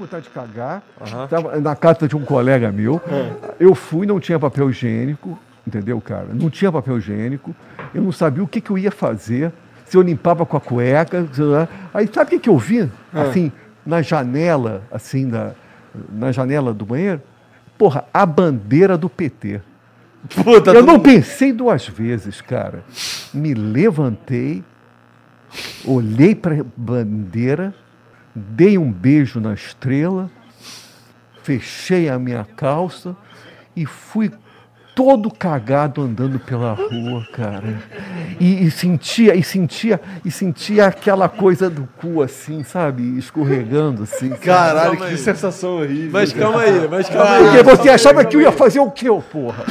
vontade de cagar. Tava na casa de um colega meu. Eu fui, não tinha papel higiênico, entendeu, cara? Não tinha papel higiênico. Eu não sabia o que eu ia fazer. Se eu limpava com a cueca. Aí sabe o que eu vi? Assim, na janela, assim, na janela do banheiro? Porra, a bandeira do PT. Puta, eu não pensei duas vezes, cara. Me levantei, olhei para a bandeira, dei um beijo na estrela, fechei a minha calça e fui todo cagado andando pela rua, cara. E sentia aquela coisa do cu, assim, sabe? Escorregando, assim. Caralho, que sensação horrível. Mas calma aí. Porque você achava que eu ia fazer o quê, porra?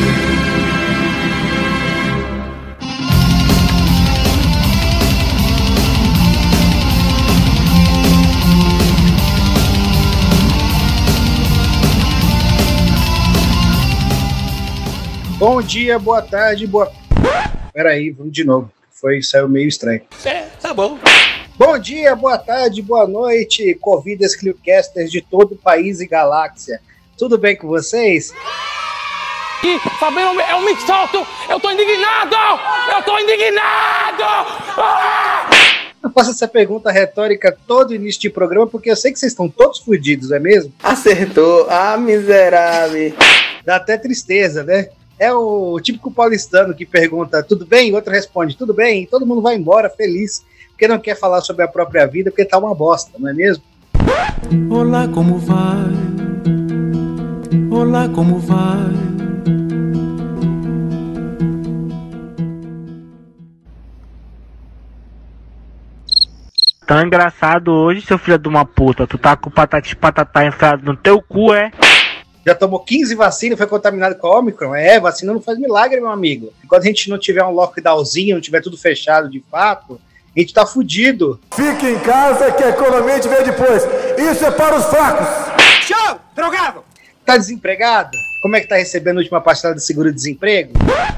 Bom dia, boa tarde, boa... Peraí, vamos de novo. Saiu meio estranho. Tá bom. Bom dia, boa tarde, boa noite, Covidas Cliocasters de todo o país e galáxia. Tudo bem com vocês? Fabinho, eu me solto! Eu tô indignado! Eu faço essa pergunta retórica todo início de programa porque eu sei que vocês estão todos fodidos, não é mesmo? Acertou, miserável. Dá até tristeza, né? É o típico paulistano que pergunta, tudo bem? O outro responde, tudo bem? E todo mundo vai embora feliz, porque não quer falar sobre a própria vida, porque tá uma bosta, não é mesmo? Olá, como vai? Olá, como vai? Tá engraçado hoje, seu filho de uma puta. Tu tá com patati patatá enfiado no teu cu, é? Já tomou 15 vacinas e foi contaminado com a Omicron? Vacina não faz milagre, meu amigo. Enquanto a gente não tiver um lockdownzinho, não tiver tudo fechado de fato, a gente tá fudido. Fique em casa que a economia te vê depois. Isso é para os fracos. Show! Drogado! Tá desempregado? Como é que tá recebendo a última parcela do seguro-desemprego?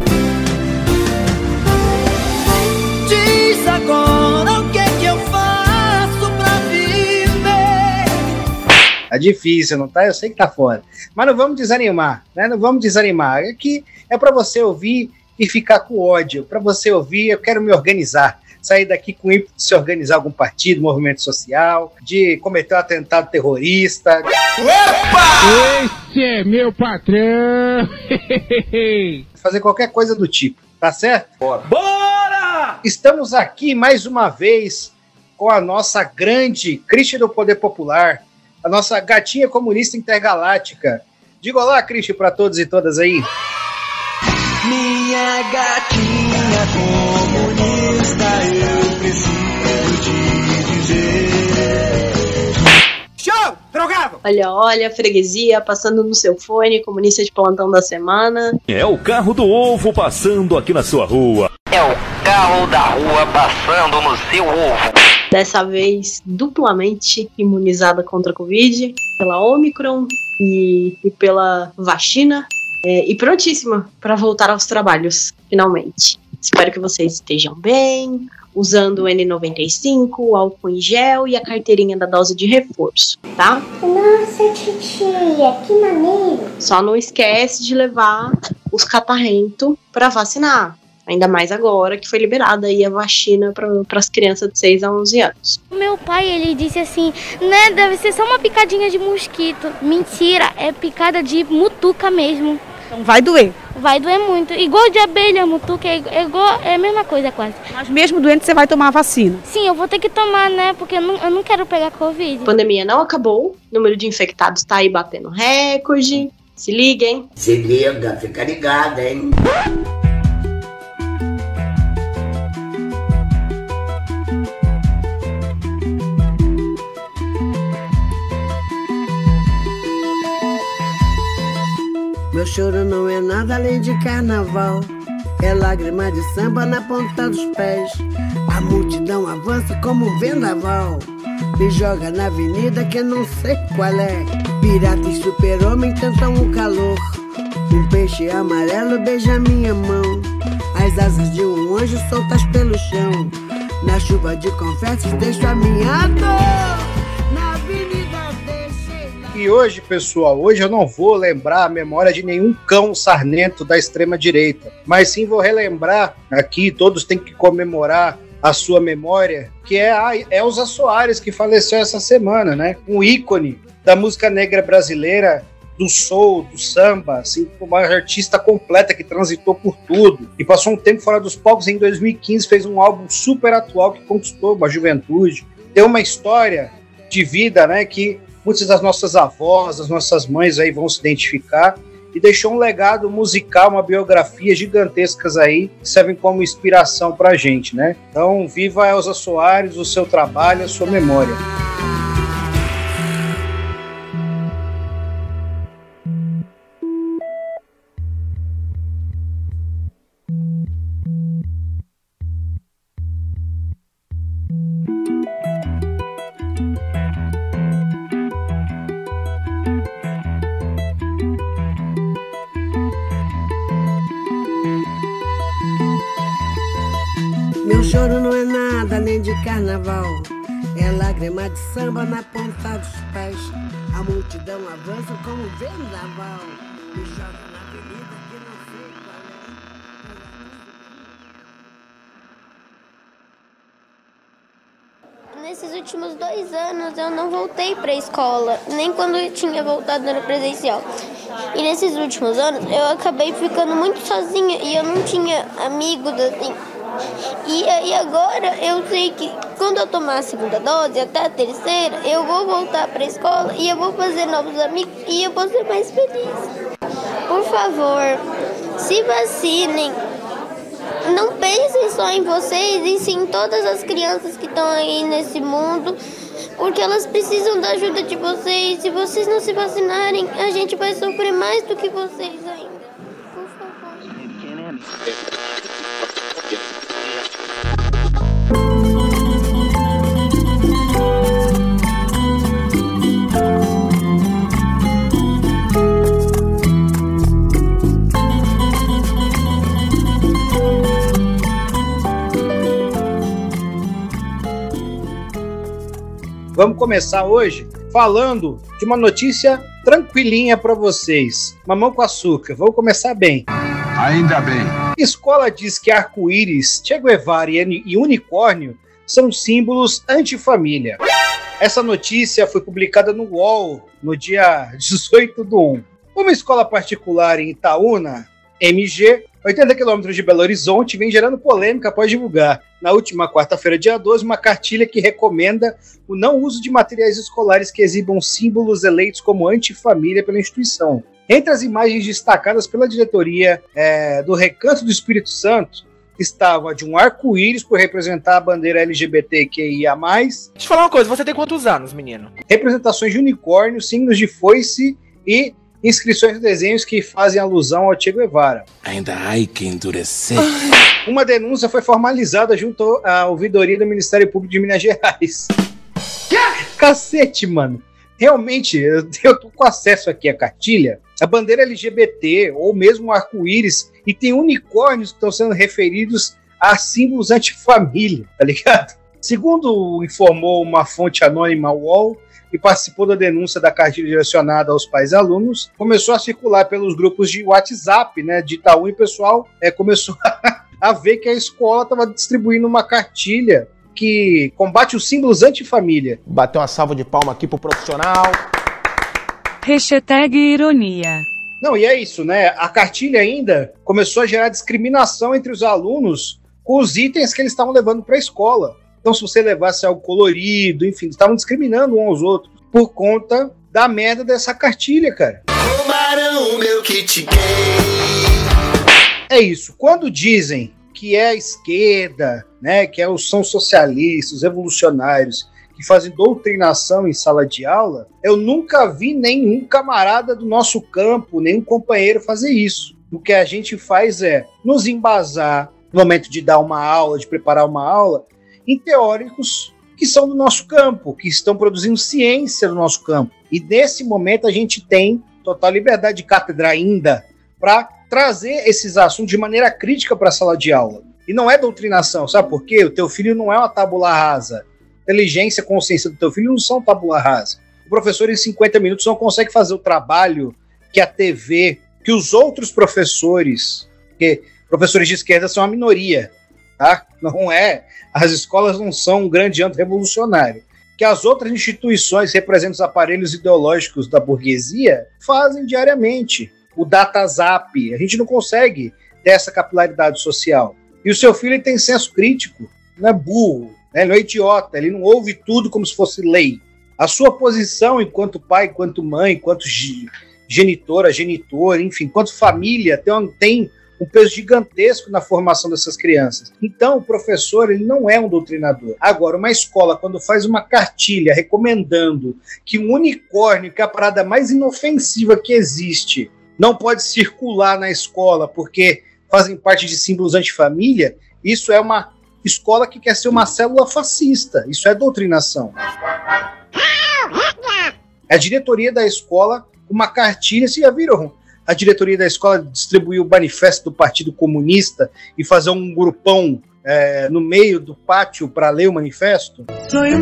Diz agora o que eu faço pra viver. Tá difícil, não tá? Eu sei que tá foda. Mas não vamos desanimar, né? Não vamos desanimar. Aqui é pra você ouvir e ficar com ódio. Pra você ouvir, eu quero me organizar. Sair daqui com ímpeto de se organizar algum partido, movimento social, de cometer um atentado terrorista. Opa! Esse é meu patrão! Fazer qualquer coisa do tipo, tá certo? Bora! Estamos aqui mais uma vez com a nossa grande Cristi do Poder Popular, a nossa gatinha comunista intergaláctica. Diga olá, Cristi, pra todos e todas aí. Minha gatinha comunista, eu preciso te dizer. Show! Drogado! Olha, freguesia passando no seu fone, comunista de plantão da semana. É o carro do ovo passando aqui na sua rua. É o carro da rua passando no seu ovo. Dessa vez, duplamente imunizada contra a Covid, pela Omicron e pela vacina. E prontíssima para voltar aos trabalhos, finalmente. Espero que vocês estejam bem, usando o N95, álcool em gel e a carteirinha da dose de reforço, tá? Nossa, titia, que maneiro! Só não esquece de levar os catarrentos para vacinar. Ainda mais agora que foi liberada aí a vacina para as crianças de 6 a 11 anos. Meu pai, ele disse assim, né, deve ser só uma picadinha de mosquito. Mentira, é picada de mutuca mesmo. Então vai doer. Vai doer muito. Igual de abelha, mutuca, é a mesma coisa quase. Mas mesmo doente você vai tomar a vacina? Sim, eu vou ter que tomar, né, porque eu não quero pegar Covid. A pandemia não acabou, o número de infectados tá aí batendo recorde. Se liga, hein? Se liga, fica ligado, hein? Meu choro não é nada além de carnaval. É lágrima de samba na ponta dos pés. A multidão avança como um vendaval. Me joga na avenida que eu não sei qual é. Pirata e super-homem tentam o calor. Um peixe amarelo beija minha mão. As asas de um anjo soltas pelo chão. Na chuva de confetes deixo a minha dor. Na avenida deixo E hoje, pessoal, hoje eu não vou lembrar a memória de nenhum cão sarnento da extrema-direita, mas sim vou relembrar aqui, todos têm que comemorar a sua memória, que é a Elza Soares, que faleceu essa semana, né? Um ícone da música negra brasileira, do soul, do samba, assim, uma artista completa que transitou por tudo e passou um tempo fora dos palcos. Em 2015 fez um álbum super atual que conquistou uma juventude. Tem uma história de vida, né, que muitas das nossas avós, das nossas mães aí vão se identificar, e deixou um legado musical, uma biografia gigantescas aí, que servem como inspiração pra gente, né? Então, viva a Elza Soares, o seu trabalho, a sua memória. Meu choro não é nada além de carnaval. É lágrima de samba na ponta dos pés. A multidão avança como um vendaval. Me joga na avenida que não sei qual é. Nesses últimos 2 anos eu não voltei para a escola, nem quando eu tinha voltado no presencial. E nesses últimos anos eu acabei ficando muito sozinha e eu não tinha amigos assim. E aí agora eu sei que quando eu tomar a segunda dose, até a terceira, eu vou voltar para a escola e eu vou fazer novos amigos e eu vou ser mais feliz. Por favor, se vacinem. Não pensem só em vocês, e sim em todas as crianças que estão aí nesse mundo, porque elas precisam da ajuda de vocês. Se vocês não se vacinarem, a gente vai sofrer mais do que vocês ainda. Por favor. Vamos começar hoje falando de uma notícia tranquilinha para vocês. Mamão com açúcar. Vamos começar bem. Ainda bem. Escola diz que arco-íris, Che Guevara e unicórnio são símbolos antifamília. Essa notícia foi publicada no UOL no dia 18/1. Uma escola particular em Itaúna, MG, 80 quilômetros de Belo Horizonte, vem gerando polêmica após divulgar, na última quarta-feira, dia 12, uma cartilha que recomenda o não uso de materiais escolares que exibam símbolos eleitos como antifamília pela instituição. Entre as imagens destacadas pela diretoria do Recanto do Espírito Santo, estava de um arco-íris por representar a bandeira LGBTQIA+. Deixa eu falar uma coisa, você tem quantos anos, menino? Representações de unicórnio, signos de foice e inscrições de desenhos que fazem alusão ao Che Guevara. Ainda há que endurecer. Uma denúncia foi formalizada junto à ouvidoria do Ministério Público de Minas Gerais. Cacete, mano. Realmente, eu tô com acesso aqui à cartilha. A bandeira LGBT, ou mesmo o arco-íris, e tem unicórnios que estão sendo referidos a símbolos antifamília, tá ligado? Segundo informou uma fonte anônima ao UOL, que participou da denúncia da cartilha direcionada aos pais e alunos, começou a circular pelos grupos de WhatsApp, né, de Itaú, e o pessoal começou a ver que a escola estava distribuindo uma cartilha que combate os símbolos antifamília. Bateu uma salva de palma aqui pro profissional. Hashtag ironia. Não, e é isso, né? A cartilha ainda começou a gerar discriminação entre os alunos com os itens que eles estavam levando para a escola. Então, se você levasse algo colorido, enfim, estavam discriminando uns aos outros por conta da merda dessa cartilha, cara. Roubaram meu kit gay. É isso. Quando dizem que é a esquerda, né, que são socialistas, revolucionários, que fazem doutrinação em sala de aula, eu nunca vi nenhum camarada do nosso campo, nenhum companheiro fazer isso. O que a gente faz é nos embasar no momento de dar uma aula, de preparar uma aula, em teóricos que são do nosso campo, que estão produzindo ciência do nosso campo. E nesse momento a gente tem total liberdade de cátedra ainda para trazer esses assuntos de maneira crítica para a sala de aula. E não é doutrinação, sabe por quê? O teu filho não é uma tábula rasa. Inteligência e consciência do teu filho não são tábula rasa. O professor em 50 minutos não consegue fazer o trabalho que a TV, que os outros professores, porque professores de esquerda são a minoria, tá? Não é, as escolas não são um grande âmbito revolucionário, que as outras instituições que representam os aparelhos ideológicos da burguesia fazem diariamente. O DataZap, a gente não consegue ter essa capilaridade social. E o seu filho ele tem senso crítico, não é burro, né? Ele não é idiota, ele não ouve tudo como se fosse lei. A sua posição enquanto pai, enquanto mãe, enquanto genitora, genitor, enfim, enquanto família, tem um peso gigantesco na formação dessas crianças. Então, o professor ele não é um doutrinador. Agora, uma escola, quando faz uma cartilha recomendando que um unicórnio, que é a parada mais inofensiva que existe, não pode circular na escola porque fazem parte de símbolos antifamília, isso é uma escola que quer ser uma célula fascista. Isso é doutrinação. A diretoria da escola, uma cartilha, vocês já viram? A diretoria da escola distribuiu o manifesto do Partido Comunista e fazer um grupão no meio do pátio para ler o manifesto? Sonho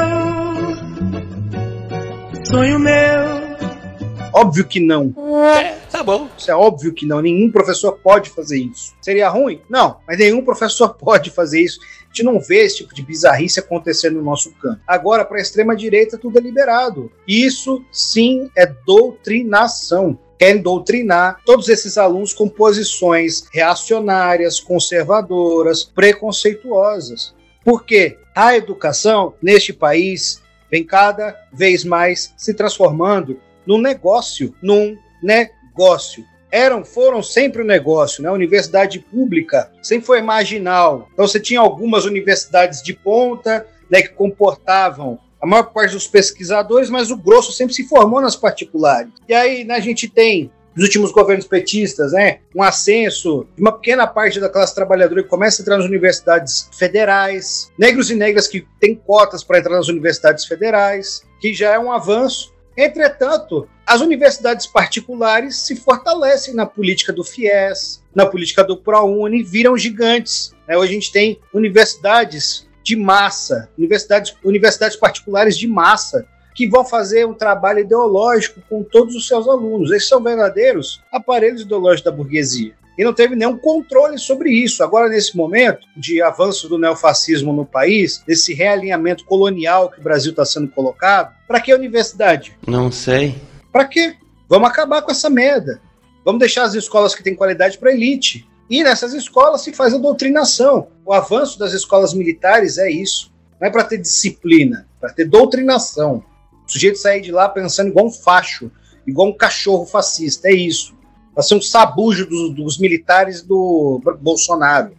meu. Óbvio que não. Tá bom. Isso é óbvio que não. Nenhum professor pode fazer isso. Seria ruim? Não, mas nenhum professor pode fazer isso. A gente não vê esse tipo de bizarrice acontecendo no nosso campo. Agora, para a extrema-direita, tudo é liberado. Isso, sim, é doutrinação. Querem doutrinar todos esses alunos com posições reacionárias, conservadoras, preconceituosas. Por quê? A educação, neste país, vem cada vez mais se transformando num negócio. Foram sempre um negócio, né? A universidade pública sempre foi marginal. Então você tinha algumas universidades de ponta, né, que comportavam a maior parte dos pesquisadores, mas o grosso sempre se formou nas particulares. E aí, né, a gente tem, nos últimos governos petistas, né, um ascenso de uma pequena parte da classe trabalhadora que começa a entrar nas universidades federais, negros e negras que têm cotas para entrar nas universidades federais, que já é um avanço. Entretanto, as universidades particulares se fortalecem na política do FIES, na política do ProUni, viram gigantes. Hoje a gente tem universidades de massa, universidades particulares de massa, que vão fazer um trabalho ideológico com todos os seus alunos. Esses são verdadeiros aparelhos ideológicos da burguesia. E não teve nenhum controle sobre isso. Agora, nesse momento de avanço do neofascismo no país, desse realinhamento colonial que o Brasil está sendo colocado, para que a universidade? Não sei. Para quê? Vamos acabar com essa merda. Vamos deixar as escolas que têm qualidade para a elite. E nessas escolas se faz a doutrinação. O avanço das escolas militares é isso. Não é para ter disciplina, é para ter doutrinação. O sujeito sair de lá pensando igual um facho, igual um cachorro fascista. É isso. Vai ser um sabujo dos militares do Bolsonaro.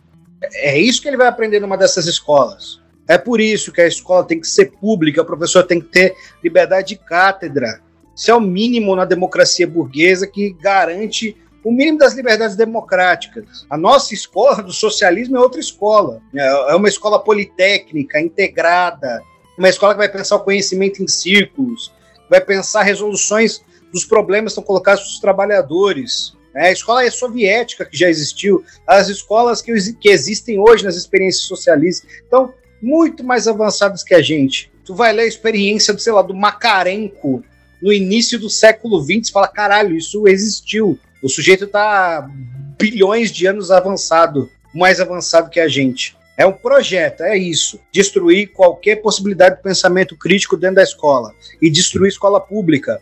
É isso que ele vai aprender numa dessas escolas. É por isso que a escola tem que ser pública, o professor tem que ter liberdade de cátedra. Isso é o mínimo na democracia burguesa que garante o mínimo das liberdades democráticas. A nossa escola do socialismo é outra escola. É uma escola politécnica, integrada, uma escola que vai pensar o conhecimento em círculos, vai pensar resoluções dos problemas que estão colocados para os trabalhadores. A escola é soviética, que já existiu, as escolas que existem hoje nas experiências socialistas, estão muito mais avançadas que a gente. Tu vai ler a experiência, sei lá, do Makarenko no início do século XX e fala, caralho, isso existiu. O sujeito está bilhões de anos avançado, mais avançado que a gente. É um projeto, é isso. Destruir qualquer possibilidade de pensamento crítico dentro da escola. E destruir a escola pública.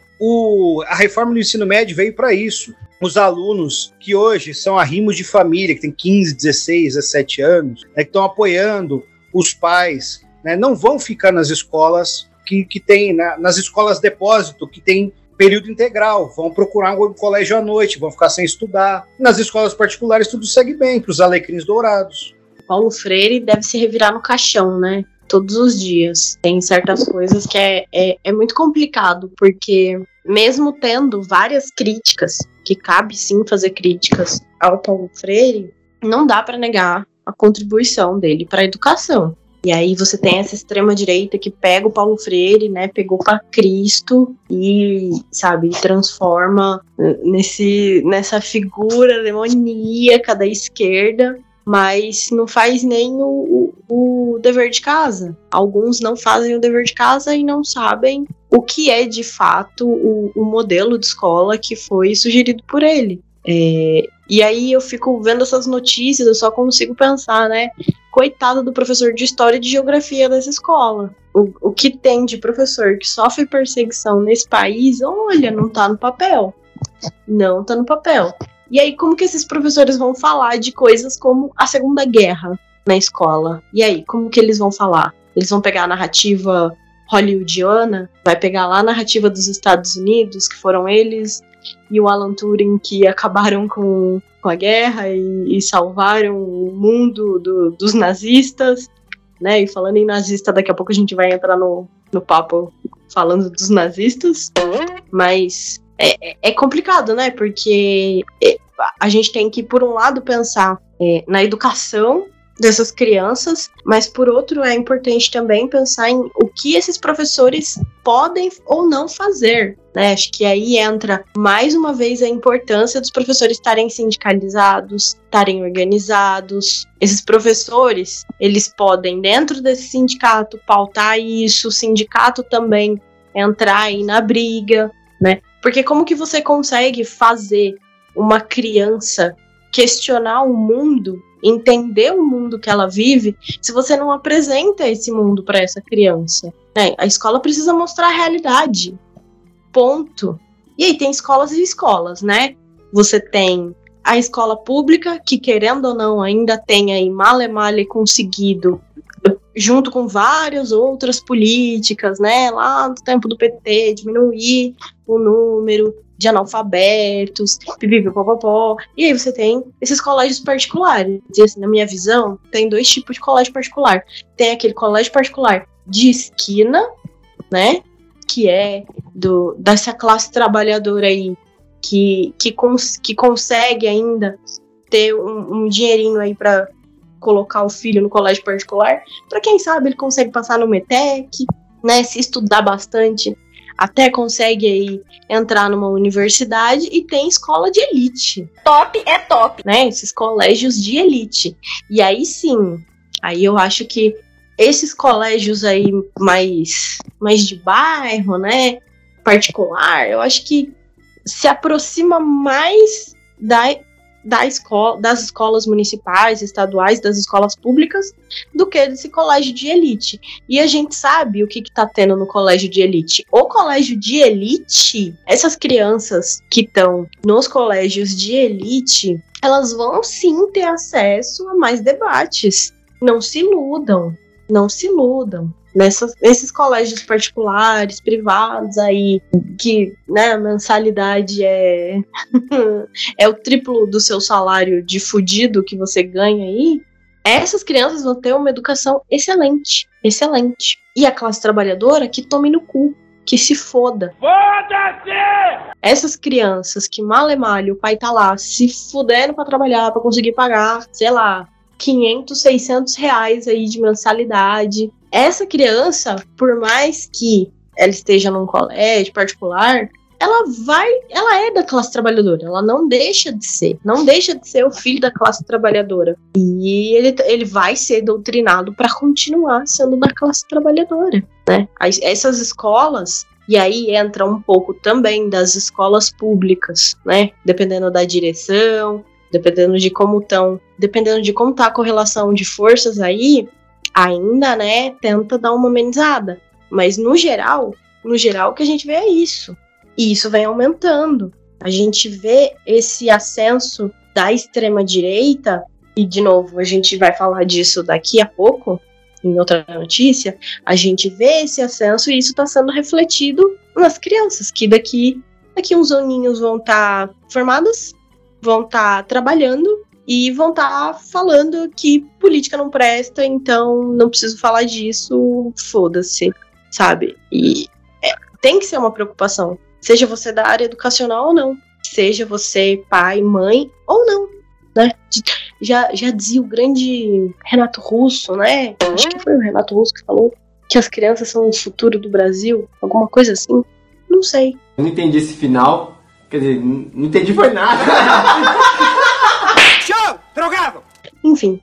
A reforma do ensino médio veio para isso. Os alunos que hoje são arrimos de família, que têm 15, 16, 17 anos, que estão apoiando os pais, não vão ficar nas escolas que tem, nas escolas depósito, que tem período integral, vão procurar um colégio à noite, vão ficar sem estudar. Nas escolas particulares tudo segue bem, para os alecrins dourados. Paulo Freire deve se revirar no caixão, né? Todos os dias. Tem certas coisas que é muito complicado, porque mesmo tendo várias críticas, que cabe sim fazer críticas ao Paulo Freire, não dá para negar a contribuição dele para a educação. E aí você tem essa extrema-direita que pega o Paulo Freire, né, pegou para Cristo e, sabe, transforma nessa figura demoníaca da esquerda. mas não faz nem o dever de casa. Alguns não fazem o dever de casa e não sabem o que é de fato o modelo de escola que foi sugerido por ele. E aí eu fico vendo essas notícias, eu só consigo pensar, né? Coitado do professor de história e de geografia dessa escola. O que tem de professor que sofre perseguição nesse país, olha, não tá no papel. Não tá no papel. E aí, como que esses professores vão falar de coisas como a Segunda Guerra na escola? E aí, como que eles vão falar? Eles vão pegar a narrativa hollywoodiana? Vai pegar lá a narrativa dos Estados Unidos, que foram eles e o Alan Turing que acabaram com a guerra e salvaram o mundo dos nazistas, né? E falando em nazista, daqui a pouco a gente vai entrar no papo falando dos nazistas, mas é complicado, né? Porque a gente tem que, por um lado, pensar na educação dessas crianças, mas por outro é importante também pensar em o que esses professores podem ou não fazer, né? Acho que aí entra mais uma vez a importância dos professores estarem sindicalizados, estarem organizados. Esses professores, eles podem, dentro desse sindicato, pautar isso, o sindicato também entrar aí na briga, né? Porque como que você consegue fazer uma criança questionar o mundo, entender o mundo que ela vive, se você não apresenta esse mundo para essa criança? A escola precisa mostrar a realidade. Ponto. E aí tem escolas e escolas, né? Você tem a escola pública, que querendo ou não, ainda tem aí male conseguido, junto com várias outras políticas, né? Lá no tempo do PT, diminuir o número de analfabetos, pipipipopopó. E aí você tem esses colégios particulares. E assim, na minha visão, tem dois tipos de colégio particular. Tem aquele colégio particular de esquina, né? Que é dessa classe trabalhadora aí, que consegue ainda ter um dinheirinho aí para colocar o filho no colégio particular. Para quem sabe, ele consegue passar no METEC, né? Se estudar bastante, até consegue aí entrar numa universidade. E tem escola de elite. Top é top, né? Esses colégios de elite. E aí sim, aí eu acho que esses colégios aí mais de bairro, né? Particular, eu acho que se aproxima mais das escolas municipais, estaduais, das escolas públicas, do que desse colégio de elite. E a gente sabe o que tá tendo no colégio de elite. O colégio de elite, essas crianças que estão nos colégios de elite, elas vão sim ter acesso a mais debates. Não se iludam. Não se iludam. Nesses colégios particulares, privados aí, que, né, a mensalidade é o triplo do seu salário de fudido que você ganha aí, essas crianças vão ter uma educação excelente, excelente. E a classe trabalhadora que tome no cu, que se foda. Foda-se! Essas crianças que mal o pai tá lá se fudendo pra trabalhar, pra conseguir pagar, sei lá, 500, 600 reais aí de mensalidade. Essa criança, por mais que ela esteja num colégio particular, ela é da classe trabalhadora, ela não deixa de ser o filho da classe trabalhadora. E ele vai ser doutrinado para continuar sendo da classe trabalhadora, né? Essas escolas, e aí entra um pouco também das escolas públicas, né? Dependendo da direção, dependendo de como tá a correlação de forças aí, ainda, né, tenta dar uma amenizada. Mas no geral, o que a gente vê é isso. E isso vem aumentando. A gente vê esse ascenso da extrema-direita, e de novo, a gente vai falar disso daqui a pouco, em outra notícia. A gente vê esse ascenso e isso está sendo refletido nas crianças, que daqui uns aninhos vão estar formadas, vão estar trabalhando e vão estar falando que política não presta, então não preciso falar disso, foda-se, sabe? E tem que ser uma preocupação, seja você da área educacional ou não, seja você pai, mãe ou não, né? Já dizia o grande Renato Russo, né? Acho que foi o Renato Russo que falou que as crianças são o futuro do Brasil, alguma coisa assim, não sei. Eu não entendi esse final, quer dizer, não entendi foi nada. Show! Drogado! enfim.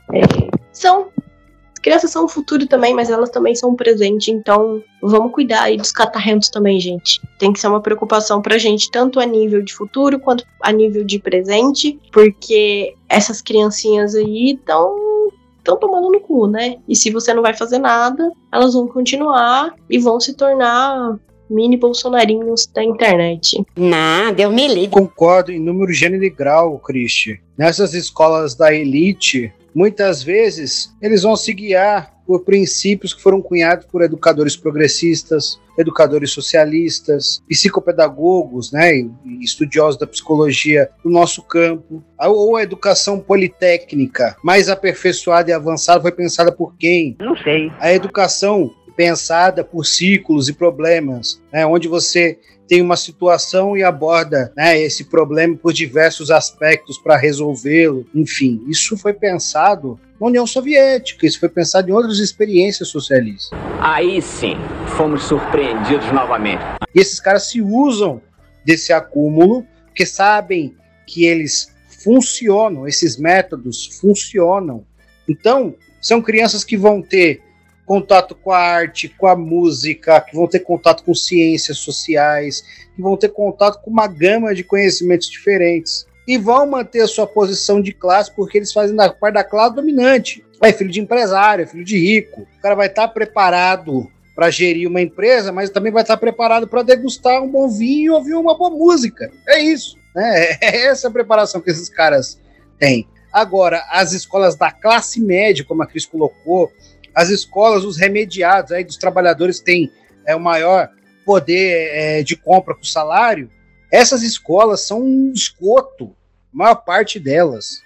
Crianças são o futuro também, mas elas também são o presente, então vamos cuidar aí dos catarrentos também, gente. Tem que ser uma preocupação pra gente, tanto a nível de futuro quanto a nível de presente, porque essas criancinhas aí estão tomando no cu, né? E se você não vai fazer nada, elas vão continuar e vão se tornar mini bolsonarinhos da internet. Nada, eu me ligo. Concordo em número, gênero e grau, Cristi. Nessas escolas da elite, muitas vezes eles vão se guiar por princípios que foram cunhados por educadores progressistas, educadores socialistas, psicopedagogos, né, e estudiosos da psicologia do nosso campo. Ou a educação politécnica mais aperfeiçoada e avançada foi pensada por quem? Não sei. A educação pensada por ciclos e problemas, né, onde você tem uma situação e aborda, né, esse problema por diversos aspectos para resolvê-lo. Enfim, isso foi pensado na União Soviética, isso foi pensado em outras experiências socialistas. Aí sim, fomos surpreendidos novamente. E esses caras se usam desse acúmulo, porque sabem que eles funcionam, esses métodos funcionam. Então, são crianças que vão ter contato com a arte, com a música, que vão ter contato com ciências sociais, que vão ter contato com uma gama de conhecimentos diferentes. E vão manter a sua posição de classe porque eles fazem parte da classe dominante. É filho de empresário, é filho de rico. O cara vai estar preparado para gerir uma empresa, mas também vai estar preparado para degustar um bom vinho e ouvir uma boa música. É isso, né? É essa a preparação que esses caras têm. Agora, as escolas da classe média, como a Cris colocou, as escolas, os remediados, aí dos trabalhadores que têm o maior poder de compra com o salário, essas escolas são um esgoto, a maior parte delas,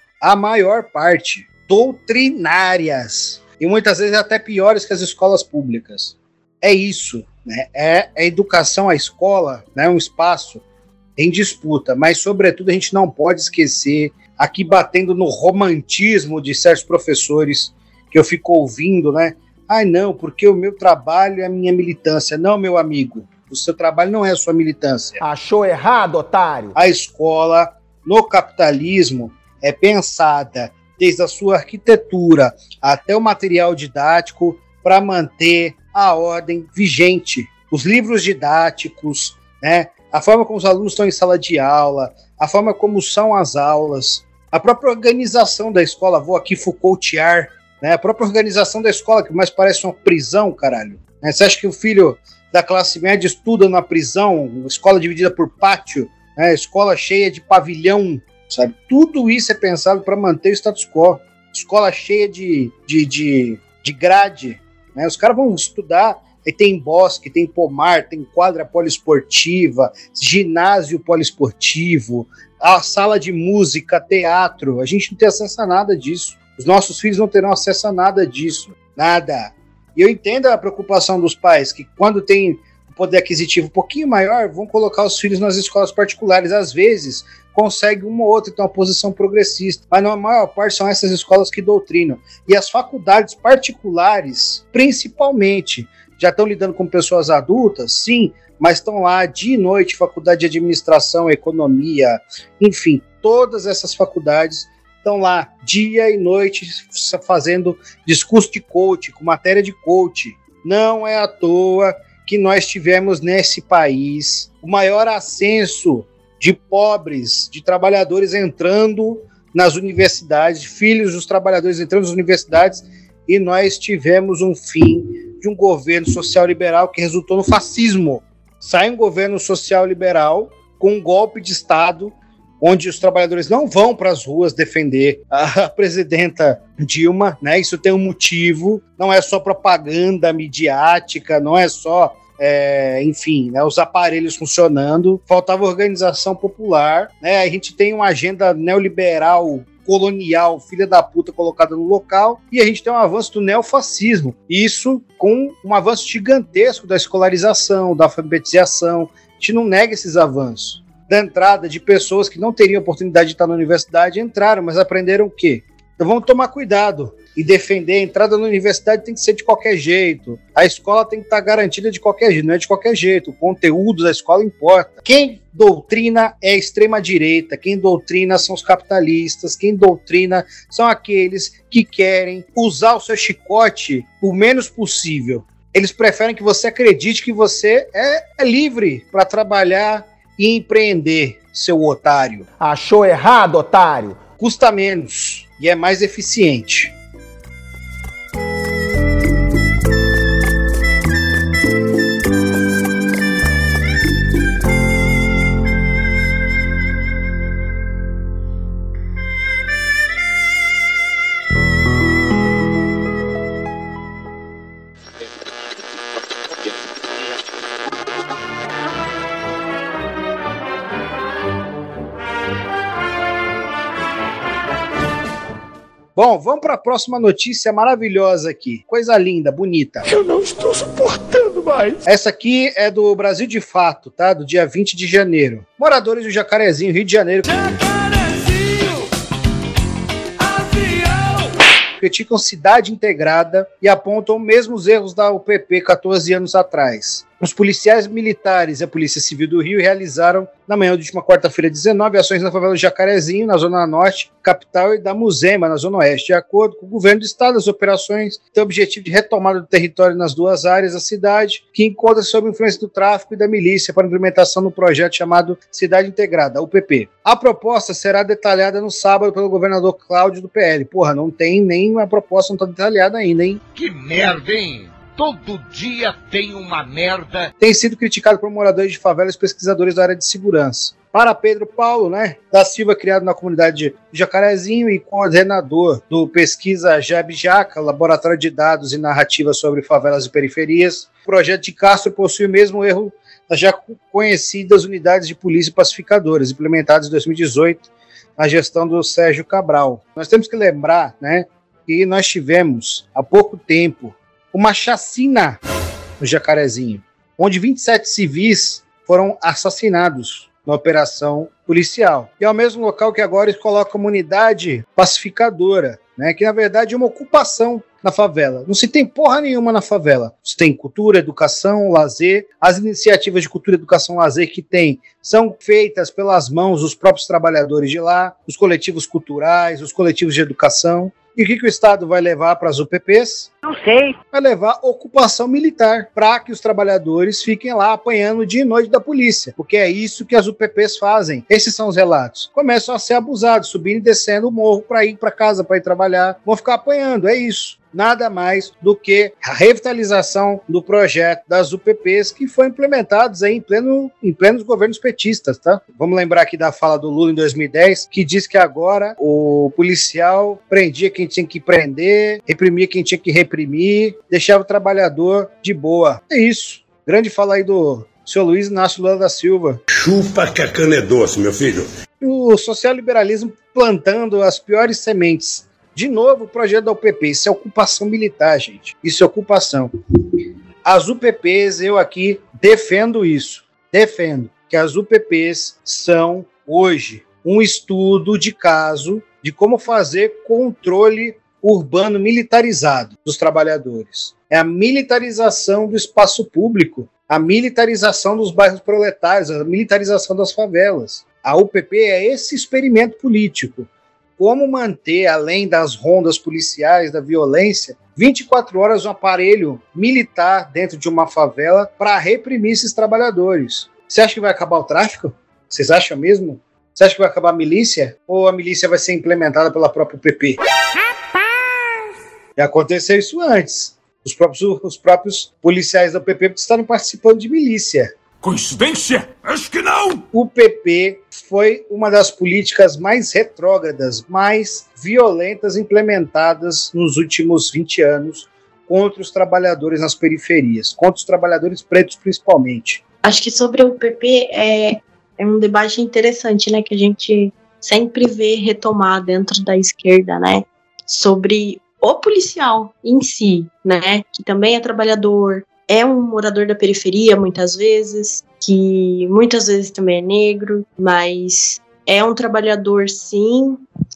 doutrinárias, e muitas vezes até piores que as escolas públicas. É isso, né? É a educação, a escola, né? Um espaço em disputa, mas sobretudo a gente não pode esquecer, aqui batendo no romantismo de certos professores, que eu fico ouvindo, né? Ai, não, porque o meu trabalho é a minha militância. Não, meu amigo, o seu trabalho não é a sua militância. Achou errado, otário? A escola, no capitalismo, é pensada desde a sua arquitetura até o material didático para manter a ordem vigente. Os livros didáticos, né? A forma como os alunos estão em sala de aula, a forma como são as aulas, a própria organização da escola, vou aqui Foucaultiar, né? A própria organização da escola, que mais parece uma prisão, caralho. Né? Você acha que o filho da classe média estuda na prisão, escola dividida por pátio, né? Escola cheia de pavilhão, sabe? Tudo isso é pensado para manter o status quo. Escola cheia de grade, né? Os caras vão estudar, aí tem bosque, tem pomar, tem quadra poliesportiva, ginásio poliesportivo, a sala de música, teatro. A gente não tem acesso a nada disso. Os nossos filhos não terão acesso a nada disso. Nada. E eu entendo a preocupação dos pais, que quando tem um poder aquisitivo um pouquinho maior, vão colocar os filhos nas escolas particulares. Às vezes, consegue uma ou outra ter uma posição progressista. Mas na maior parte são essas escolas que doutrinam. E as faculdades particulares, principalmente, já estão lidando com pessoas adultas, sim, mas estão lá dia e noite, faculdade de administração, economia, enfim, todas essas faculdades estão lá dia e noite fazendo discurso de coach, com matéria de coach. Não é à toa que nós tivemos nesse país o maior ascenso de pobres, de trabalhadores entrando nas universidades, filhos dos trabalhadores entrando nas universidades, e nós tivemos um fim de um governo social-liberal que resultou no fascismo. Sai um governo social-liberal com um golpe de Estado, onde os trabalhadores não vão para as ruas defender a presidenta Dilma, né? Isso tem um motivo, não é só propaganda midiática, não é só, enfim, né, os aparelhos funcionando, faltava organização popular, né? A gente tem uma agenda neoliberal, colonial, filha da puta colocada no local, e a gente tem um avanço do neofascismo, isso com um avanço gigantesco da escolarização, da alfabetização. A gente não nega esses avanços. Da entrada de pessoas que não teriam oportunidade de estar na universidade, entraram, mas aprenderam o quê? Então vamos tomar cuidado e defender. A entrada na universidade tem que ser de qualquer jeito. A escola tem que estar garantida de qualquer jeito. Não é de qualquer jeito. O conteúdo da escola importa. Quem doutrina é a extrema-direita. Quem doutrina são os capitalistas. Quem doutrina são aqueles que querem usar o seu chicote o menos possível. Eles preferem que você acredite que você é livre para trabalhar e empreender, seu otário. Achou errado, otário? Custa menos e é mais eficiente. Bom, vamos para a próxima notícia maravilhosa aqui. Coisa linda, bonita. Eu não estou suportando mais. Essa aqui é do Brasil de Fato, tá? Do dia 20 de janeiro. Moradores do Jacarezinho, Rio de Janeiro. Jacarezinho, avião. Criticam cidade integrada e apontam os mesmos erros da UPP 14 anos atrás. Os policiais militares e a Polícia Civil do Rio realizaram, na manhã da última quarta-feira, 19 ações na favela do Jacarezinho, na Zona Norte, capital, e da Muzema, na Zona Oeste. De acordo com o governo do estado, as operações têm o objetivo de retomada do território nas duas áreas da cidade, que encontra-se sob influência do tráfico e da milícia para implementação do projeto chamado Cidade Integrada, UPP. A proposta será detalhada no sábado pelo governador Cláudio do PL. Porra, não tem nem uma proposta, não está detalhada ainda, hein? Que merda, hein? Todo dia tem uma merda. Tem sido criticado por moradores de favelas e pesquisadores da área de segurança. Para Pedro Paulo, da Silva, criado na comunidade de Jacarezinho e coordenador do Pesquisa Jabjaca, Laboratório de Dados e Narrativa sobre Favelas e Periferias, o projeto de Castro possui o mesmo erro das já conhecidas unidades de polícia pacificadoras, implementadas em 2018 na gestão do Sérgio Cabral. Nós temos que lembrar, que nós tivemos, há pouco tempo, uma chacina no Jacarezinho, onde 27 civis foram assassinados na operação policial. E é o mesmo local que agora eles colocam uma unidade pacificadora, que na verdade é uma ocupação na favela. Não se tem porra nenhuma na favela. Se tem cultura, educação, lazer. As iniciativas de cultura, educação, lazer que tem são feitas pelas mãos dos próprios trabalhadores de lá, os coletivos culturais, os coletivos de educação. E o que o Estado vai levar para as UPPs? Não sei. Vai levar ocupação militar, para que os trabalhadores fiquem lá apanhando dia e noite da polícia. Porque é isso que as UPPs fazem. Esses são os relatos. Começam a ser abusados, subindo e descendo o morro para ir para casa, para ir trabalhar. Vão ficar apanhando, é isso. Nada mais do que a revitalização do projeto das UPPs que foi implementados aí em plenos governos petistas, tá? Vamos lembrar aqui da fala do Lula em 2010, que diz que agora o policial prendia quem tinha que prender, reprimia quem tinha que reprimir, deixava o trabalhador de boa. É isso. Grande fala aí do seu Luiz Inácio Lula da Silva. Chupa que a cana é doce, meu filho. O social-liberalismo plantando as piores sementes. De novo, o projeto da UPP. Isso é ocupação militar, gente. Isso é ocupação. As UPPs, eu aqui defendo isso. Defendo que as UPPs são, hoje, um estudo de caso de como fazer controle urbano militarizado dos trabalhadores. É a militarização do espaço público, a militarização dos bairros proletários, a militarização das favelas. A UPP é esse experimento político. Como manter, além das rondas policiais, da violência, 24 horas um aparelho militar dentro de uma favela para reprimir esses trabalhadores. Você acha que vai acabar o tráfico? Vocês acham mesmo? Você acha que vai acabar a milícia? Ou a milícia vai ser implementada pela própria UPP? Já aconteceu isso antes. Os próprios policiais da UPP estavam participando de milícia. Coincidência? Acho que não! O PP foi uma das políticas mais retrógradas, mais violentas implementadas nos últimos 20 anos contra os trabalhadores nas periferias, contra os trabalhadores pretos principalmente. Acho que sobre o PP é um debate interessante, que a gente sempre vê retomar dentro da esquerda, sobre o policial em si, que também é trabalhador, é um morador da periferia muitas vezes, que muitas vezes também é negro, mas é um trabalhador sim,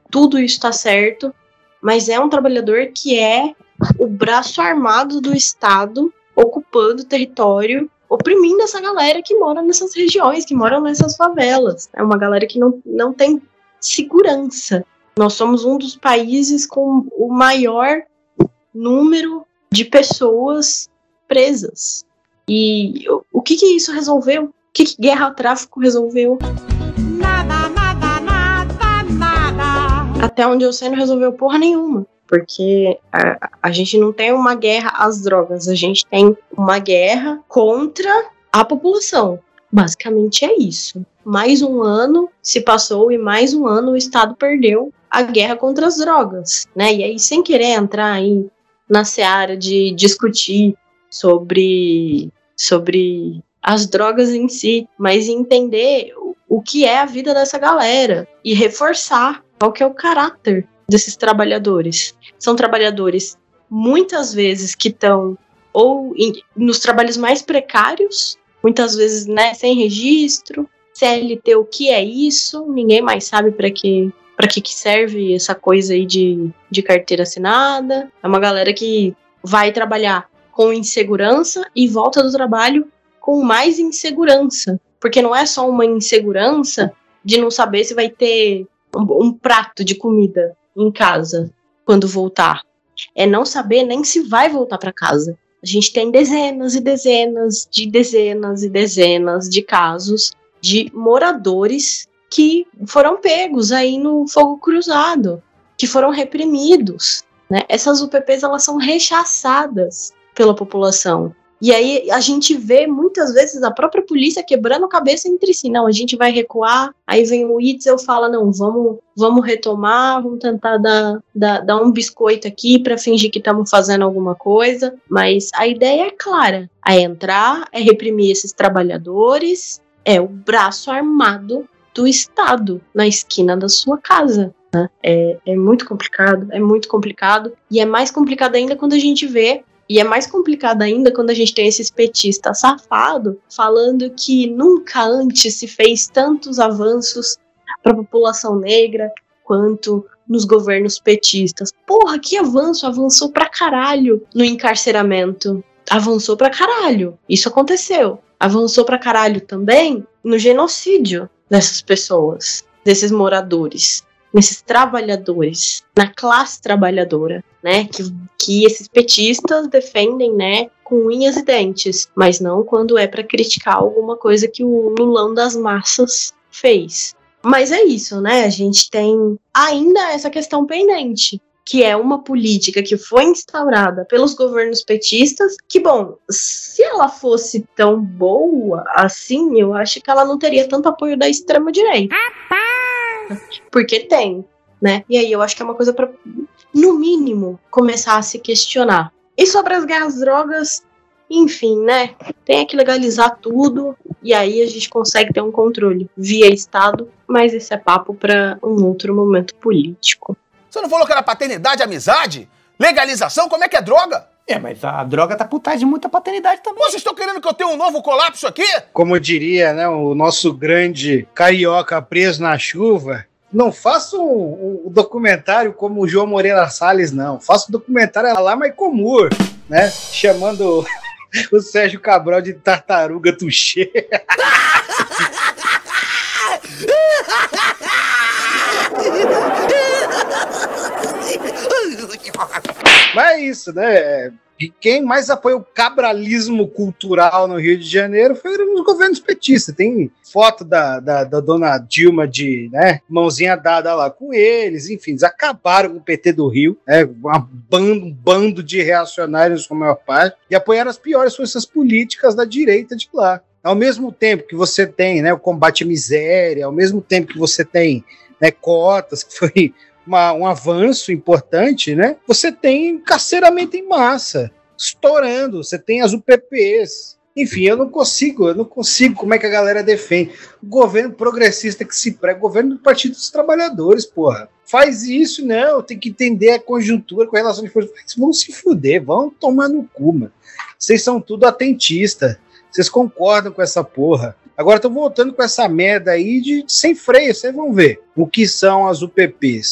tudo isso está certo, mas é um trabalhador que é o braço armado do Estado, ocupando o território, oprimindo essa galera que mora nessas regiões, que mora nessas favelas. É uma galera que não tem segurança. Nós somos um dos países com o maior número de pessoas presas. E o que isso resolveu? O que guerra ao tráfico resolveu? Nada, nada, nada, nada. Até onde eu sei, não resolveu porra nenhuma. Porque a gente não tem uma guerra às drogas, a gente tem uma guerra contra a população. Basicamente é isso. Mais um ano se passou e mais um ano o Estado perdeu a guerra contra as drogas, né? E aí, sem querer entrar aí na seara de discutir sobre as drogas em si, mas entender o que é a vida dessa galera e reforçar qual que é o caráter desses trabalhadores. São trabalhadores, muitas vezes, que estão ou nos trabalhos mais precários, muitas vezes, né, sem registro, CLT, o que é isso? Ninguém mais sabe para que serve essa coisa aí de carteira assinada. É uma galera que vai trabalhar com insegurança e volta do trabalho com mais insegurança. Porque não é só uma insegurança de não saber se vai ter um prato de comida em casa quando voltar. É não saber nem se vai voltar para casa. A gente tem dezenas e dezenas de casos de moradores que foram pegos aí no fogo cruzado, que foram reprimidos, né? Essas UPPs, elas são rechaçadas pela população. E aí a gente vê muitas vezes a própria polícia quebrando a cabeça entre si. Não, a gente vai recuar. Aí vem o Itzel, fala, não, vamos retomar, vamos tentar dar um biscoito aqui para fingir que estamos fazendo alguma coisa. Mas a ideia é clara. É entrar, é reprimir esses trabalhadores, é o braço armado do Estado na esquina da sua casa. Né? É muito complicado. E é mais complicado ainda quando a gente vê. E é mais complicado ainda quando a gente tem esses petistas safados falando que nunca antes se fez tantos avanços para a população negra quanto nos governos petistas. Porra, que avanço! Avançou pra caralho no encarceramento. Avançou pra caralho. Isso aconteceu. Avançou pra caralho também no genocídio dessas pessoas, desses moradores, nesses trabalhadores, na classe trabalhadora, né, que esses petistas defendem, né, com unhas e dentes, mas não quando é para criticar alguma coisa que o Lulão das massas fez. Mas é isso, né, a gente tem ainda essa questão pendente, que é uma política que foi instaurada pelos governos petistas, que, bom, se ela fosse tão boa assim, eu acho que ela não teria tanto apoio da extrema-direita. Porque tem, né? E aí eu acho que é uma coisa para, no mínimo, começar a se questionar. E sobre as guerras às drogas, enfim, né? Tem que legalizar tudo e aí a gente consegue ter um controle via Estado, mas esse é papo para um outro momento político. Você não falou que era paternidade, amizade? Legalização, como é que é droga? Mas a droga tá por trás de muita paternidade também. Vocês estão querendo que eu tenha um novo colapso aqui? Como diria, né, o nosso grande carioca preso na chuva, não faça um documentário como o João Moreira Salles, não. Faça um documentário lá, mas comum, né? Chamando o Sérgio Cabral de tartaruga tuxê. Mas é isso, né? E quem mais apoiou o cabralismo cultural no Rio de Janeiro foram os governos petistas. Tem foto da dona Dilma de, né, mãozinha dada lá com eles. Enfim, eles acabaram com o PT do Rio, né, um bando de reacionários, com a maior parte, e apoiaram as piores forças políticas da direita de lá. Ao mesmo tempo que você tem, né, o combate à miséria, ao mesmo tempo que você tem, né, cotas, que foi um avanço importante, né? Você tem encarceramento em massa, estourando, você tem as UPPs. Enfim, eu não consigo como é que a galera defende. O governo progressista que se prega, o governo do Partido dos Trabalhadores, porra. Faz isso, não, tem que entender a conjuntura com relação de força. Vão se fuder, vão tomar no cu, mano. Vocês são tudo atentistas, vocês concordam com essa porra. Agora estão voltando com essa merda aí de sem freio, vocês vão ver o que são as UPPs.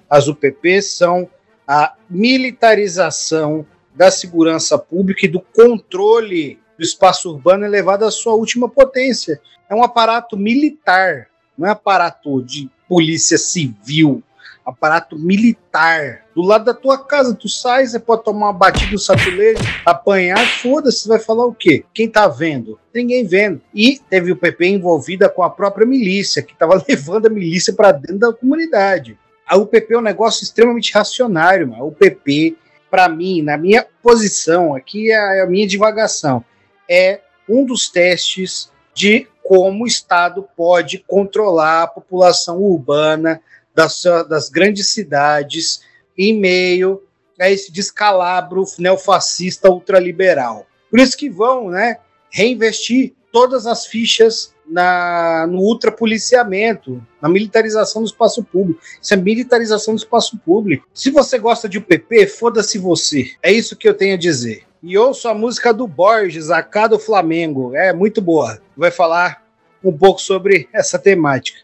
as UPPs são a militarização da segurança pública e do controle do espaço urbano elevado à sua última potência. É um aparato militar, não é aparato de polícia civil, aparato militar. Do lado da tua casa, tu sai, você pode tomar uma batida no satuleiro, apanhar, foda-se, vai falar o quê? Quem tá vendo? Ninguém vendo. E teve o PP envolvida com a própria milícia, que estava levando a milícia para dentro da comunidade. A UPP é um negócio extremamente racionário, mano. A UPP, para mim, na minha posição, aqui é a minha divagação, é um dos testes de como o Estado pode controlar a população urbana das grandes cidades em meio a esse descalabro neofascista ultraliberal. Por isso que vão, né, reinvestir todas as fichas no ultrapoliciamento, na militarização do espaço público. Isso é militarização do espaço público. Se você gosta de UPP, foda-se você. É isso que eu tenho a dizer. E ouço a música do Borges, a Cá do Flamengo. É muito boa. Vai falar um pouco sobre essa temática.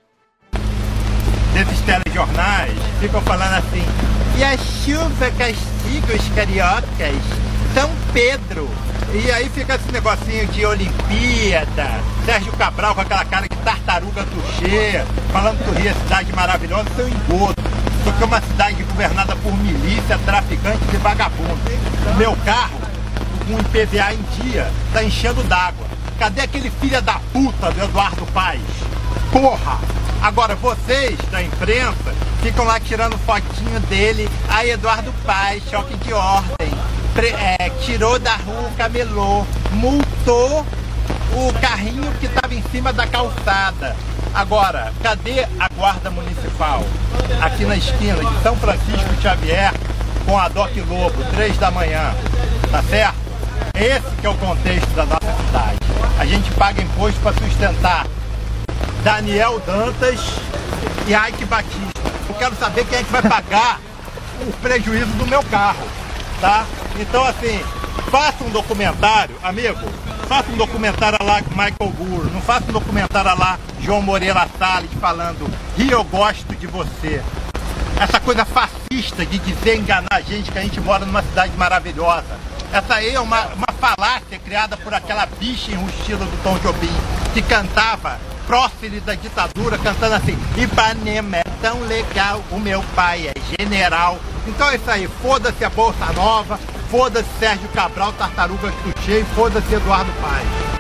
Desses telejornais ficam falando assim: e a chuva castiga os cariocas, São Pedro. E aí fica esse negocinho de Olimpíada, Sérgio Cabral com aquela cara de tartaruga tuchê, falando que o Rio é cidade maravilhosa, seu engodo. Porque é uma cidade governada por milícia, traficantes e vagabundos. O meu carro, com IPVA em dia, tá enchendo d'água. Cadê aquele filho da puta do Eduardo Paes? Porra! Agora vocês da imprensa ficam lá tirando fotinho dele. Aí Eduardo Paes, choque de ordem. Tirou da rua o camelô, multou o carrinho que estava em cima da calçada. Agora, cadê a guarda municipal? Aqui na esquina de São Francisco Xavier com a Doc Lobo, 3 da manhã, tá certo? Esse que é o contexto da nossa cidade. A gente paga imposto para sustentar Daniel Dantas e Ike Batista. Eu quero saber quem é que vai pagar o prejuízo do meu carro, tá? Então, assim, faça um documentário, amigo, faça um documentário lá com Michael Moore, não faça um documentário lá João Moreira Salles falando Rio, eu gosto de você. Essa coisa fascista de dizer, enganar a gente que a gente mora numa cidade maravilhosa. Essa aí é uma falácia criada por aquela bicha enrustida do Tom Jobim, que cantava próceres da ditadura, cantando assim: Ipanema é tão legal, o meu pai é general. Então é isso aí, foda-se a Bolsa Nova, foda-se Sérgio Cabral, Tartaruga Tuchê, e foda-se Eduardo Paes.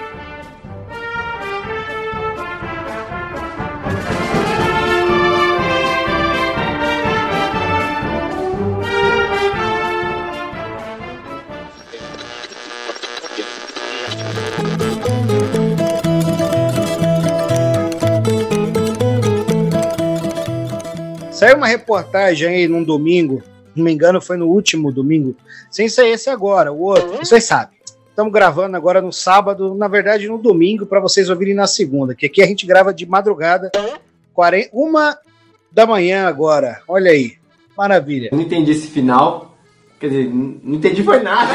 Saiu uma reportagem aí num domingo, não me engano foi no último domingo, sem ser esse agora, o outro, vocês sabem. Estamos gravando agora no sábado, na verdade no domingo, para vocês ouvirem na segunda, que aqui a gente grava de madrugada, 1 da manhã agora, olha aí, maravilha. Não entendi esse final, quer dizer, não entendi foi nada.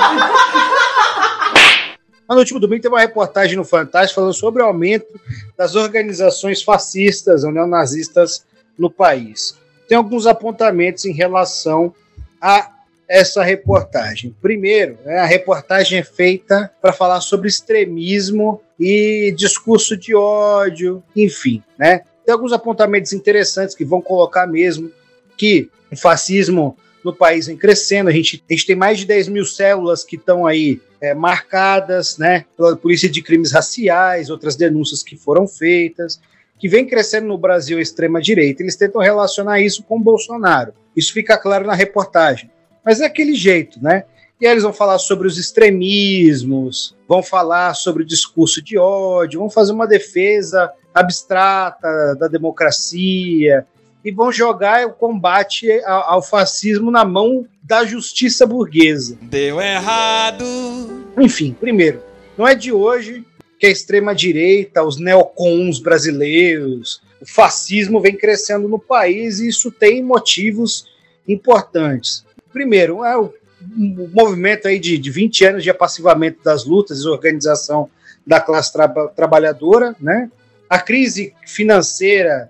Mas no último domingo teve uma reportagem no Fantástico falando sobre o aumento das organizações fascistas ou neonazistas no país. Tem alguns apontamentos em relação a essa reportagem. Primeiro, a reportagem é feita para falar sobre extremismo e discurso de ódio, enfim, né? Tem alguns apontamentos interessantes que vão colocar mesmo que o fascismo no país vem crescendo. A gente tem mais de 10 mil células que estão aí marcadas, né, pela Polícia de Crimes Raciais, outras denúncias que foram feitas, que vem crescendo no Brasil a extrema-direita. Eles tentam relacionar isso com o Bolsonaro. Isso fica claro na reportagem. Mas é aquele jeito, né? E aí eles vão falar sobre os extremismos, vão falar sobre o discurso de ódio, vão fazer uma defesa abstrata da democracia e vão jogar o combate ao fascismo na mão da justiça burguesa. Deu errado. Enfim, primeiro, não é de hoje que a extrema-direita, os neocons brasileiros, o fascismo vem crescendo no país e isso tem motivos importantes. Primeiro, o movimento aí de 20 anos de apassivamento das lutas e organização da classe trabalhadora, né? A crise financeira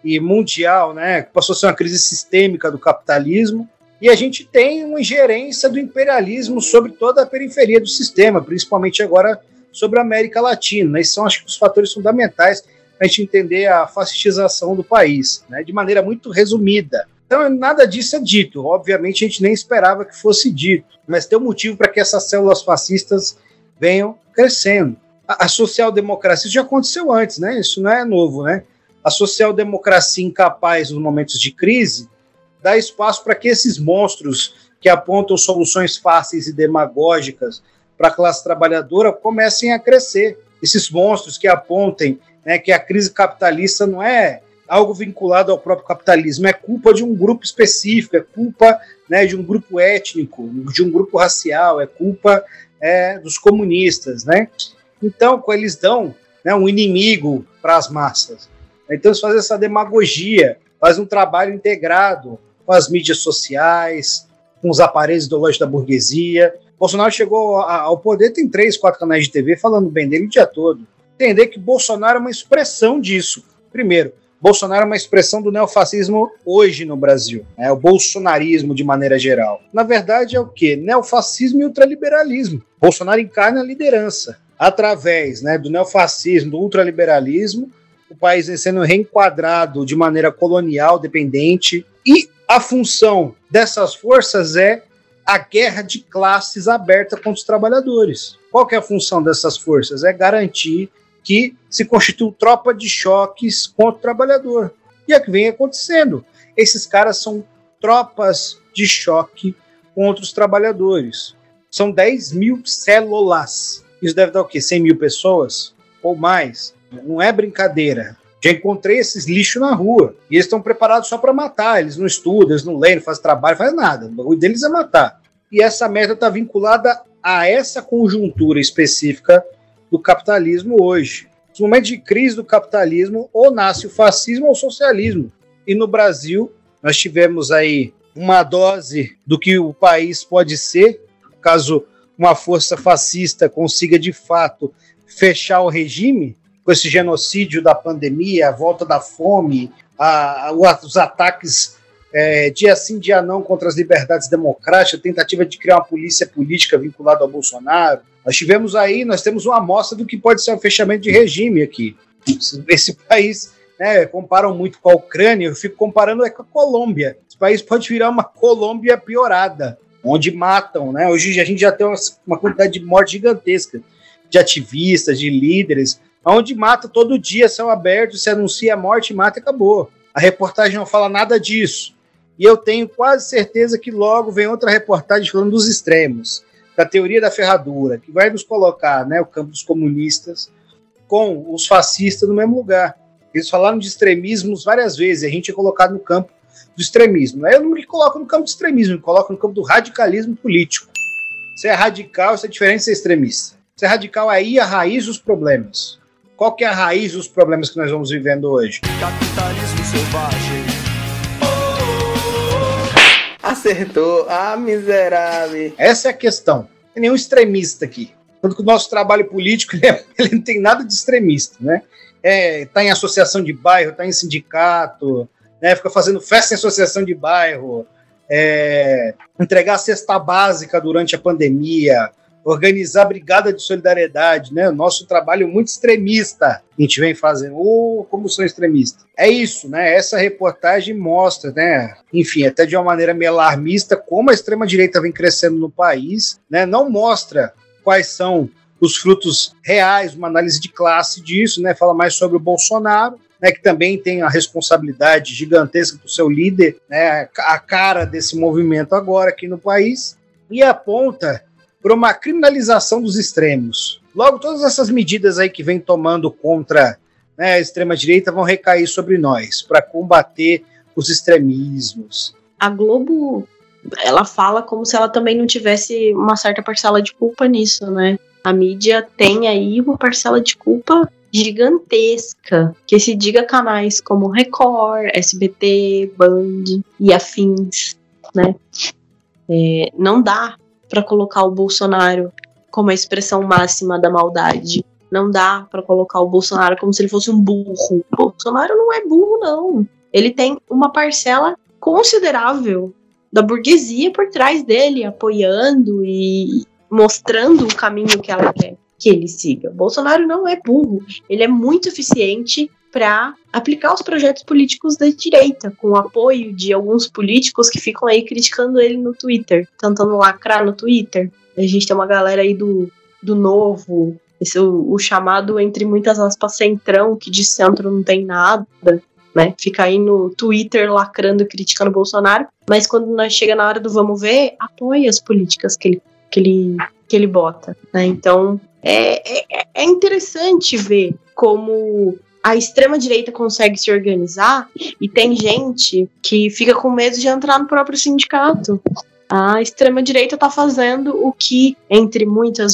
e mundial, né, passou a ser uma crise sistêmica do capitalismo, e a gente tem uma ingerência do imperialismo sobre toda a periferia do sistema, principalmente agora sobre a América Latina. Esses são, acho que, os fatores fundamentais para a gente entender a fascistização do país, né, de maneira muito resumida. Então, nada disso é dito. Obviamente, a gente nem esperava que fosse dito, mas tem um motivo para que essas células fascistas venham crescendo. A social-democracia já aconteceu antes, né? Isso não é novo, né? A social-democracia incapaz nos momentos de crise dá espaço para que esses monstros que apontam soluções fáceis e demagógicas para a classe trabalhadora comecem a crescer. Esses monstros que apontem, né, que a crise capitalista não é algo vinculado ao próprio capitalismo, é culpa de um grupo específico, é culpa, né, de um grupo étnico, de um grupo racial, é culpa dos comunistas, né? Então, eles dão, né, um inimigo para as massas. Então, eles fazem essa demagogia, fazem um trabalho integrado com as mídias sociais, com os aparelhos ideológicos da burguesia. Bolsonaro chegou ao poder, tem 3, 4 canais de TV falando bem dele o dia todo. Entender que Bolsonaro é uma expressão disso. Primeiro, Bolsonaro é uma expressão do neofascismo hoje no Brasil, né? O bolsonarismo de maneira geral. Na verdade é o quê? Neofascismo e ultraliberalismo. Bolsonaro encarna a liderança. Através, né, do neofascismo, do ultraliberalismo, o país vem sendo reenquadrado de maneira colonial, dependente, e a função dessas forças é a guerra de classes aberta contra os trabalhadores. Qual que é a função dessas forças? É garantir que se constitui tropa de choques contra o trabalhador. E é o que vem acontecendo. Esses caras são tropas de choque contra os trabalhadores. São 10 mil células. Isso deve dar o quê? 100 mil pessoas? Ou mais? Não é brincadeira. Já encontrei esses lixos na rua. E eles estão preparados só para matar. Eles não estudam, eles não leem, não fazem trabalho, não fazem nada. O bagulho deles é matar. E essa merda está vinculada a essa conjuntura específica do capitalismo hoje. Nos momentos de crise do capitalismo, ou nasce o fascismo ou o socialismo. E no Brasil, nós tivemos aí uma dose do que o país pode ser, caso uma força fascista consiga de fato fechar o regime, com esse genocídio da pandemia, a volta da fome, os ataques dia sim, dia não contra as liberdades democráticas, a tentativa de criar uma polícia política vinculada ao Bolsonaro. Nós temos uma amostra do que pode ser um fechamento de regime aqui. Esse país, né, comparam muito com a Ucrânia, eu fico comparando com a Colômbia. Esse país pode virar uma Colômbia piorada, onde matam, né? Hoje a gente já tem uma quantidade de morte gigantesca, de ativistas, de líderes, onde mata todo dia, céu aberto, se anuncia a morte, mata e acabou. A reportagem não fala nada disso. E eu tenho quase certeza que logo vem outra reportagem falando dos extremos, da teoria da ferradura, que vai nos colocar, né, o campo dos comunistas com os fascistas no mesmo lugar. Eles falaram de extremismos várias vezes, a gente é colocado no campo do extremismo. Eu não me coloco no campo do extremismo, me coloco no campo do radicalismo político. Você é radical, isso é diferente de ser extremista. Você é radical, aí a raiz dos problemas. Qual que é a raiz dos problemas que nós vamos vivendo hoje? Capitalismo selvagem. Acertou. Miserável. Essa é a questão. Não tem nenhum extremista aqui. Tanto que o nosso trabalho político ele não tem nada de extremista, né? Tá em associação de bairro, tá em sindicato, né? Fica fazendo festa em associação de bairro, entregar a cesta básica durante a pandemia, organizar brigada de solidariedade, né? O nosso trabalho é muito extremista a gente vem fazendo. Como sou extremista. É isso, né? Essa reportagem mostra, né? Enfim, até de uma maneira meio alarmista, como a extrema-direita vem crescendo no país, né? Não mostra quais são os frutos reais, uma análise de classe disso, né? Fala mais sobre o Bolsonaro, né? Que também tem a responsabilidade gigantesca do seu líder, né? A cara desse movimento agora aqui no país, e aponta por uma criminalização dos extremos. Logo, todas essas medidas aí que vem tomando contra, né, a extrema-direita vão recair sobre nós, para combater os extremismos. A Globo, ela fala como se ela também não tivesse uma certa parcela de culpa nisso, né? A mídia tem aí uma parcela de culpa gigantesca, que se diga canais como Record, SBT, Band e afins, né? Não dá para colocar o Bolsonaro como a expressão máxima da maldade. Não dá para colocar o Bolsonaro como se ele fosse um burro. O Bolsonaro não é burro, não. ele tem uma parcela considerável da burguesia por trás dele, apoiando e mostrando o caminho que ela quer que ele siga. Bolsonaro não é burro, ele é muito eficiente para aplicar os projetos políticos da direita, com o apoio de alguns políticos que ficam aí criticando ele no Twitter, tentando lacrar no Twitter. A gente tem uma galera aí do Novo, esse, o chamado, entre muitas aspas, centrão, que de centro não tem nada, né? Fica aí no Twitter lacrando e criticando o Bolsonaro, mas quando nós chega na hora do vamos ver, apoia as políticas que ele bota, né? Então é interessante ver como a extrema-direita consegue se organizar e tem gente que fica com medo de entrar no próprio sindicato. A extrema-direita tá fazendo o que, entre muitas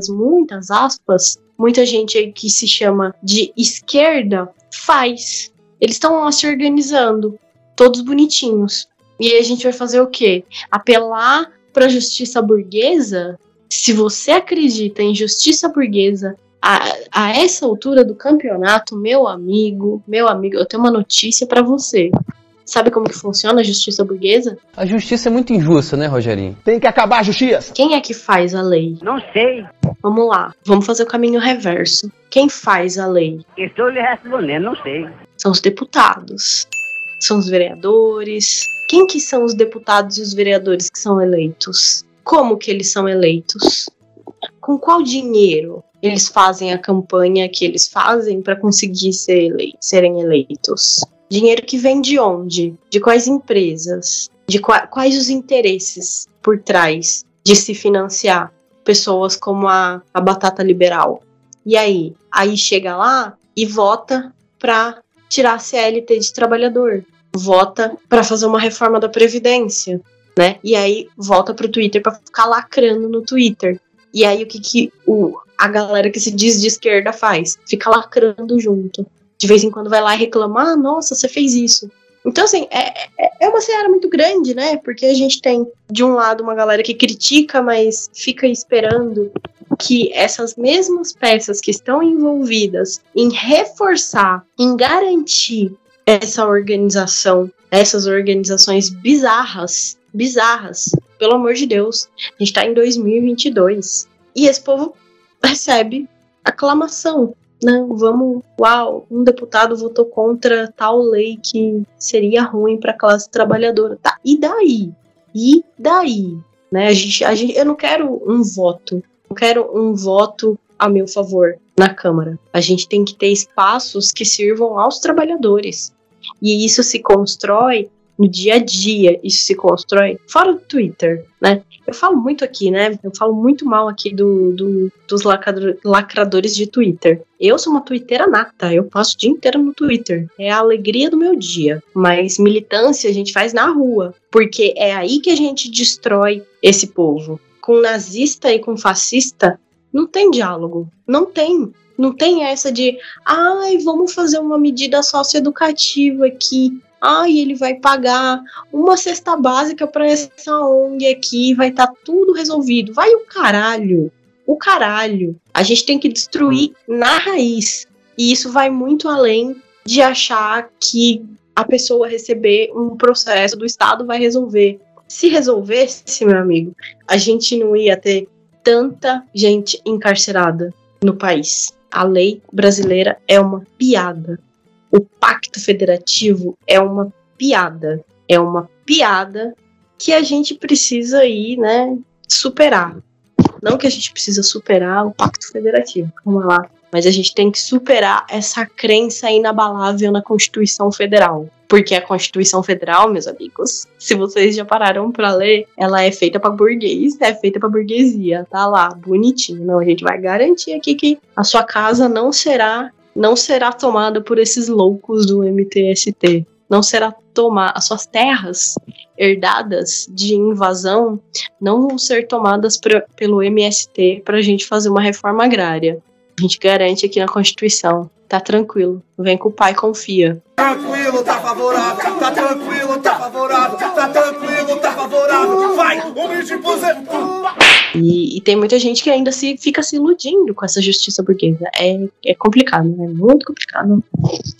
aspas, muita gente aí que se chama de esquerda faz. Eles estão lá se organizando, todos bonitinhos. E aí a gente vai fazer o quê? Apelar pra justiça burguesa? Se você acredita em justiça burguesa a essa altura do campeonato, meu amigo, eu tenho uma notícia pra você. Sabe como que funciona a justiça burguesa? A justiça é muito injusta, né, Rogerinho? Tem que acabar a justiça. Quem é que faz a lei? Não sei. Vamos lá, vamos fazer o caminho reverso. Quem faz a lei? Estou lhe respondendo, não sei. São os deputados, são os vereadores. Quem que são os deputados e os vereadores que são eleitos? Como que eles são eleitos? Com qual dinheiro eles fazem a campanha que eles fazem para conseguir serem eleitos? Dinheiro que vem de onde? De quais empresas? De quais os interesses por trás de se financiar pessoas como a Batata Liberal? E aí? Aí chega lá e vota para tirar a CLT de trabalhador. Vota para fazer uma reforma da Previdência, né? E aí volta pro Twitter para ficar lacrando no Twitter. E aí o que a galera que se diz de esquerda faz? Fica lacrando junto. De vez em quando vai lá e reclama, nossa, você fez isso. Então, assim, é uma seara muito grande, né? Porque a gente tem, de um lado, uma galera que critica, mas fica esperando que essas mesmas peças que estão envolvidas em reforçar, em garantir essa organização, essas organizações bizarras, pelo amor de Deus, a gente tá em 2022, e esse povo recebe aclamação. Não, uau, um deputado votou contra tal lei que seria ruim para a classe trabalhadora. Tá, e daí? Né? Eu não quero um voto a meu favor na Câmara. A gente tem que ter espaços que sirvam aos trabalhadores. E isso se constrói no dia a dia, isso se constrói fora do Twitter, né? Eu falo muito aqui, né? Eu falo muito mal aqui dos lacradores de Twitter. Eu sou uma twitteira nata, eu passo o dia inteiro no Twitter. É a alegria do meu dia. Mas militância a gente faz na rua, porque é aí que a gente destrói esse povo. Com nazista e com fascista, não tem diálogo. Não tem essa de, vamos fazer uma medida socioeducativa aqui. Ele vai pagar uma cesta básica para essa ONG aqui, vai estar tudo resolvido. Vai o caralho. A gente tem que destruir na raiz. E isso vai muito além de achar que a pessoa receber um processo do Estado vai resolver. Se resolvesse, meu amigo, a gente não ia ter tanta gente encarcerada no país. A lei brasileira é uma piada. O Pacto Federativo é uma piada. É uma piada que a gente precisa aí, né, superar. Não que a gente precisa superar o Pacto Federativo, vamos lá. Mas a gente tem que superar essa crença inabalável na Constituição Federal. Porque a Constituição Federal, meus amigos, se vocês já pararam pra ler, ela é feita pra burguês, é feita pra burguesia. Tá lá, bonitinho. Não, a gente vai garantir aqui que a sua casa não será tomada por esses loucos do MTST. Não será tomada. As suas terras herdadas de invasão não vão ser tomadas pelo MST pra gente fazer uma reforma agrária. A gente garante aqui na Constituição. Tá tranquilo. Vem com o pai, confia. Tranquilo, tá favorável. Tá tranquilo, tá favorável. Tá tranquilo, tá favorável. Vai, bicho E tem muita gente que ainda fica se iludindo com essa justiça burguesa. É complicado, é muito complicado.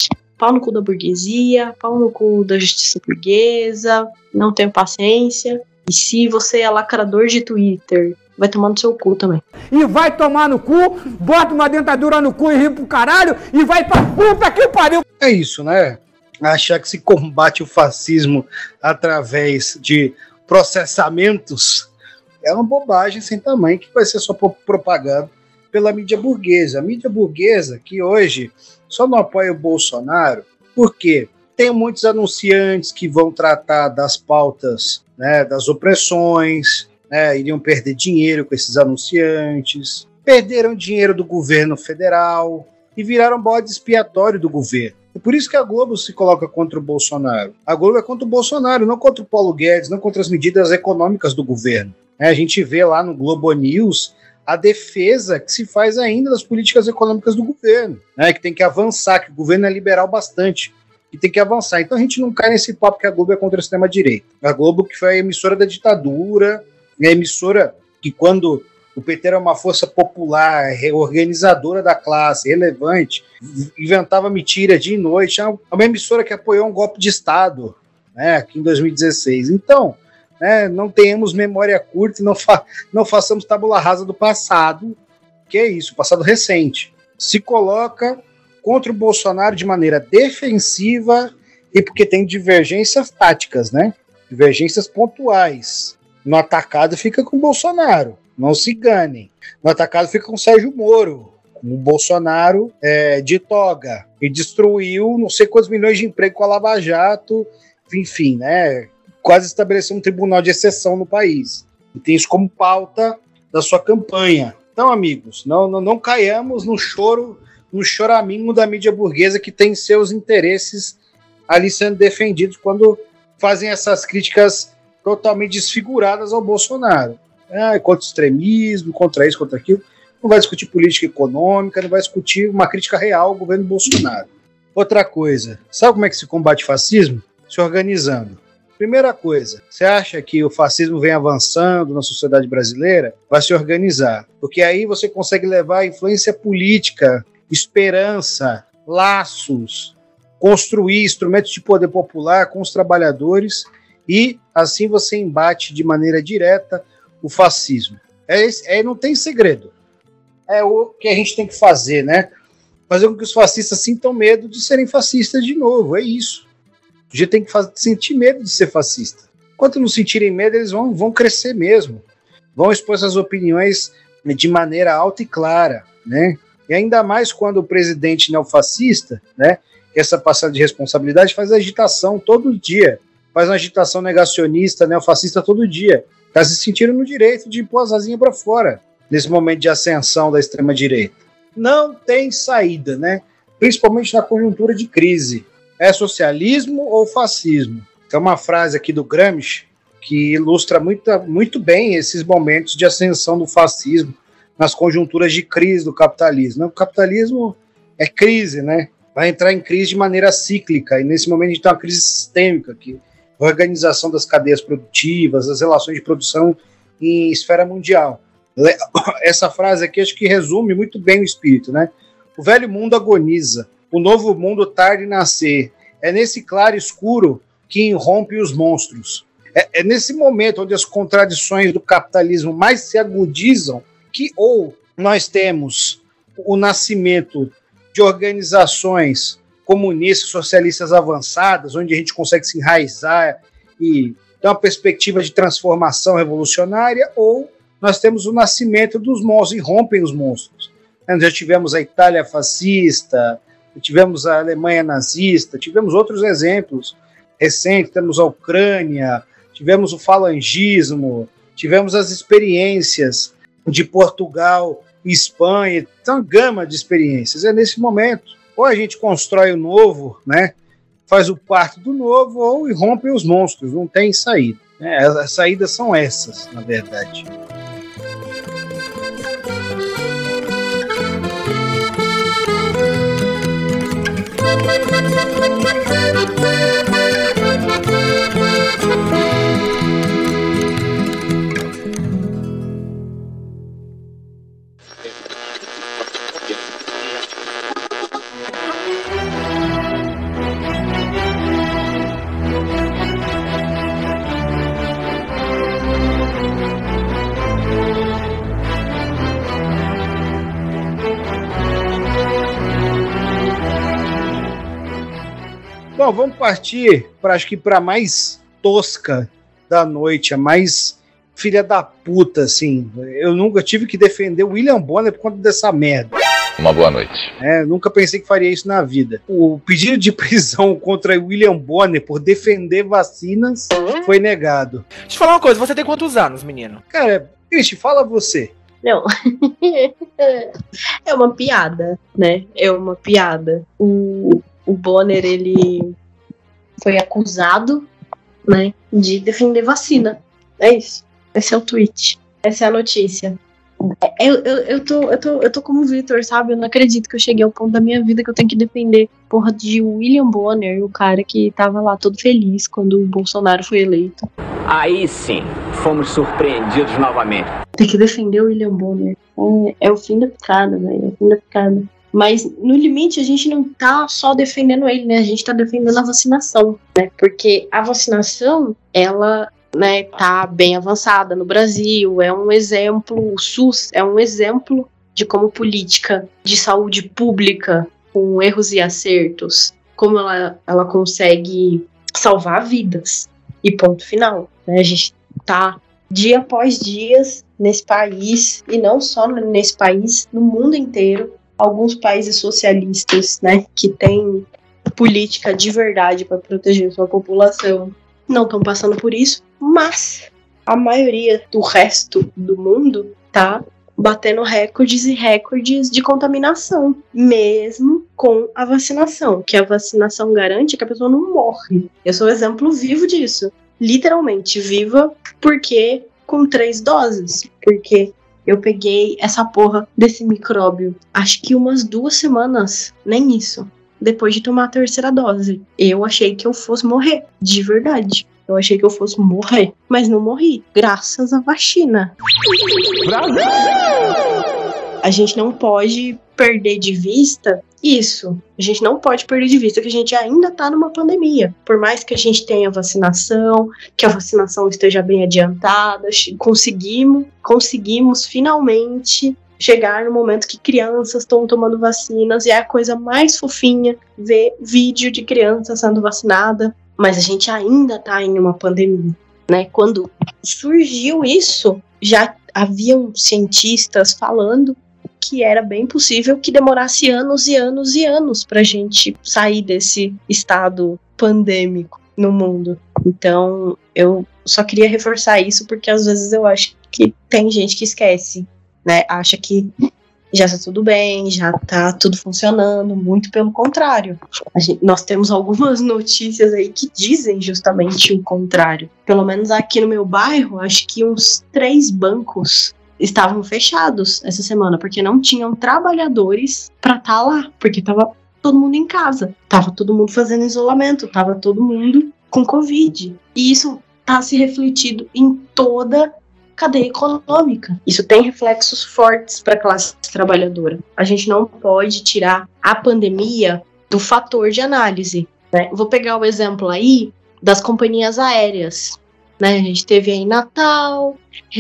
pau no cu da burguesia, pau no cu da justiça burguesa, não tenho paciência. E se você é lacrador de Twitter, vai tomar no seu cu também. E vai tomar no cu, bota uma dentadura no cu e ri pro caralho e vai pra puta que pariu. É isso, né? Achar que se combate o fascismo através de processamentos é uma bobagem sem tamanho que vai ser só propagado pela mídia burguesa. A mídia burguesa que hoje só não apoia o Bolsonaro porque tem muitos anunciantes que vão tratar das pautas, né, das opressões, né, iriam perder dinheiro com esses anunciantes, perderam dinheiro do governo federal e viraram bode expiatório do governo. É por isso que a Globo se coloca contra o Bolsonaro. A Globo é contra o Bolsonaro, não contra o Paulo Guedes, não contra as medidas econômicas do governo. A gente vê lá no Globo News a defesa que se faz ainda das políticas econômicas do governo, né, que tem que avançar, que o governo é liberal bastante, e tem que avançar. Então a gente não cai nesse papo que a Globo é contra a extrema-direita. A Globo que foi a emissora da ditadura, a emissora que quando o PT era uma força popular, organizadora da classe, relevante, inventava mentira dia e noite, é uma emissora que apoiou um golpe de Estado, né, aqui em 2016. Então, né, não tenhamos memória curta e não façamos tábula rasa do passado, que é isso, passado recente. Se coloca contra o Bolsonaro de maneira defensiva e porque tem divergências táticas, né? Divergências pontuais. No atacado fica com o Bolsonaro, não se enganem. No atacado fica com o Sérgio Moro, com o Bolsonaro de toga, e destruiu não sei quantos milhões de emprego com a Lava Jato, enfim, né? Quase estabeleceu um tribunal de exceção no país. E tem isso como pauta da sua campanha. Então, amigos, não caiamos no choramingo da mídia burguesa que tem seus interesses ali sendo defendidos quando fazem essas críticas totalmente desfiguradas ao Bolsonaro. Contra o extremismo, contra isso, contra aquilo. Não vai discutir política econômica, não vai discutir uma crítica real ao governo Bolsonaro. Outra coisa, sabe como é que se combate fascismo? Se organizando. Primeira coisa, você acha que o fascismo vem avançando na sociedade brasileira? Vai se organizar. Porque aí você consegue levar a influência política, esperança, laços, construir instrumentos de poder popular com os trabalhadores e assim você embate de maneira direta o fascismo. Não tem segredo. É o que a gente tem que fazer, né? Fazer com que os fascistas sintam medo de serem fascistas de novo, é isso. A gente tem que sentir medo de ser fascista. Enquanto não sentirem medo, eles vão crescer mesmo. Vão expor essas opiniões de maneira alta e clara, né? E ainda mais quando o presidente neofascista, né, que essa passada de responsabilidade, faz agitação todo dia. Faz uma agitação negacionista, neofascista todo dia. Está se sentindo no direito de impor as asinhas para fora, nesse momento de ascensão da extrema-direita. Não tem saída, né? Principalmente na conjuntura de crise. É socialismo ou fascismo? Tem uma frase aqui do Gramsci que ilustra muito bem esses momentos de ascensão do fascismo nas conjunturas de crise do capitalismo. O capitalismo é crise, né? Vai entrar em crise de maneira cíclica, e nesse momento a gente tem uma crise sistêmica, que a organização das cadeias produtivas, as relações de produção em esfera mundial. Essa frase aqui acho que resume muito bem o espírito, né? O velho mundo agoniza, o novo mundo tarda em nascer. É nesse claro escuro que irrompe os monstros. É nesse momento onde as contradições do capitalismo mais se agudizam que ou nós temos o nascimento de organizações comunistas, socialistas avançadas, onde a gente consegue se enraizar e ter uma perspectiva de transformação revolucionária, ou nós temos o nascimento dos monstros, e rompem os monstros. Já tivemos a Itália fascista, tivemos a Alemanha nazista, tivemos outros exemplos recentes, temos a Ucrânia, tivemos o falangismo, tivemos as experiências de Portugal e Espanha, então uma gama de experiências. É nesse momento, ou a gente constrói o novo, né, faz o parto do novo, ou irrompe os monstros, não tem saída. As saídas são essas, na verdade. Bom, vamos partir para acho que para mais tosca da noite, a mais filha da puta, assim. Eu nunca tive que defender o William Bonner por conta dessa merda. Uma boa noite. Nunca pensei que faria isso na vida. O pedido de prisão contra William Bonner por defender vacinas foi negado. Deixa eu te falar uma coisa, você tem quantos anos, menino? Cara, Cristi, fala você. Não. É uma piada, né? É uma piada. O Bonner, ele foi acusado, né, de defender vacina. É isso. Esse é o tweet. Essa é a notícia. Eu tô como o Victor, sabe? Eu não acredito que eu cheguei ao ponto da minha vida que eu tenho que defender porra de William Bonner, o cara que tava lá todo feliz quando o Bolsonaro foi eleito. Aí sim, fomos surpreendidos novamente. Tem que defender o William Bonner. É o fim da picada, velho. É o fim da picada. Mas, no limite, a gente não tá só defendendo ele, né? A gente tá defendendo a vacinação, né? Porque a vacinação, ela, né, tá bem avançada no Brasil, é um exemplo, o SUS é um exemplo de como política de saúde pública, com erros e acertos, como ela consegue salvar vidas. E ponto final, né? A gente tá dia após dia nesse país, e não só nesse país, no mundo inteiro, alguns países socialistas, né, que têm política de verdade para proteger sua população, não estão passando por isso, mas a maioria do resto do mundo tá batendo recordes e recordes de contaminação, mesmo com a vacinação, que a vacinação garante que a pessoa não morre. Eu sou um exemplo vivo disso, literalmente viva, porque com 3 doses, porque eu peguei essa porra desse micróbio, acho que umas 2 semanas, nem isso, depois de tomar a 3ª dose. Eu achei que eu fosse morrer, de verdade. Eu achei que eu fosse morrer, mas não morri, graças à vacina. Brasil! A gente não pode perder de vista isso. A gente não pode perder de vista que a gente ainda tá numa pandemia. Por mais que a gente tenha vacinação, que a vacinação esteja bem adiantada, conseguimos finalmente chegar no momento que crianças estão tomando vacinas, e é a coisa mais fofinha ver vídeo de criança sendo vacinada. Mas a gente ainda tá em uma pandemia, né? Quando surgiu isso, já haviam cientistas falando que era bem possível que demorasse anos e anos e anos pra gente sair desse estado pandêmico no mundo. Então, eu só queria reforçar isso, porque às vezes eu acho que tem gente que esquece, né? Acha que já tá tudo bem, já tá tudo funcionando, muito pelo contrário. Nós temos algumas notícias aí que dizem justamente o contrário. Pelo menos aqui no meu bairro, acho que uns 3 bancos estavam fechados essa semana, porque não tinham trabalhadores pra estar lá, porque tava todo mundo em casa, tava todo mundo fazendo isolamento, tava todo mundo com Covid. E isso tá se refletindo em toda cadeia econômica. Isso tem reflexos fortes para a classe trabalhadora. A gente não pode tirar a pandemia do fator de análise, né? Vou pegar o exemplo aí das companhias aéreas, né? A gente teve aí Natal,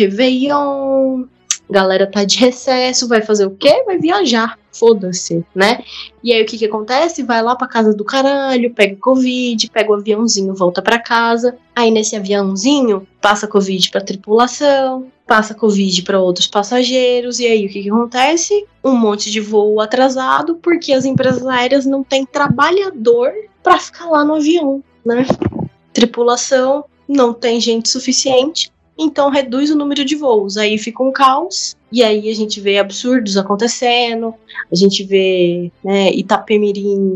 Réveillon, galera tá de recesso, vai fazer o quê? Vai viajar, foda-se, né? E aí o que acontece? Vai lá pra casa do caralho, pega Covid, pega o aviãozinho, volta pra casa. Aí nesse aviãozinho passa Covid pra tripulação, passa Covid pra outros passageiros. E aí o que acontece? Um monte de voo atrasado, porque as empresas aéreas não têm trabalhador pra ficar lá no avião, né? Tripulação não tem gente suficiente, então reduz o número de voos, aí fica um caos, e aí a gente vê absurdos acontecendo, a gente vê, né, Itapemirim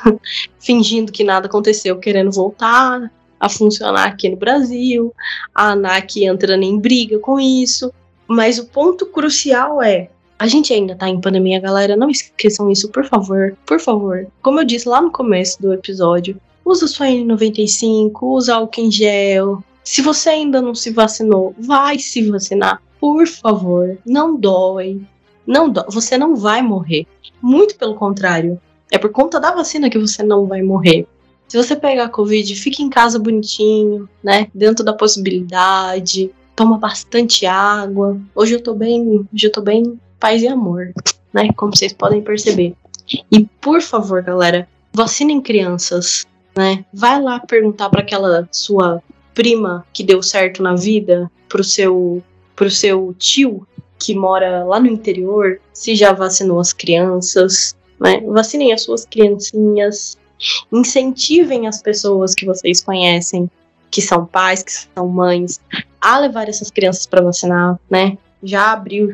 fingindo que nada aconteceu, querendo voltar a funcionar aqui no Brasil, a ANAC entrando em briga com isso, mas o ponto crucial é, a gente ainda tá em pandemia, galera, não esqueçam isso, por favor, como eu disse lá no começo do episódio, usa sua N95, usa álcool em gel. Se você ainda não se vacinou, vai se vacinar, por favor. Não dói. Você não vai morrer. Muito pelo contrário. É por conta da vacina que você não vai morrer. Se você pegar Covid, fique em casa bonitinho, né? Dentro da possibilidade. Toma bastante água. Hoje eu tô bem paz e amor, né? Como vocês podem perceber. E por favor, galera, vacinem crianças. né? Vai lá perguntar para aquela sua prima que deu certo na vida, pro seu tio que mora lá no interior, se já vacinou as crianças, né? Vacinem as suas criancinhas, incentivem as pessoas que vocês conhecem, que são pais, que são mães, a levar essas crianças para vacinar, né? Já abriu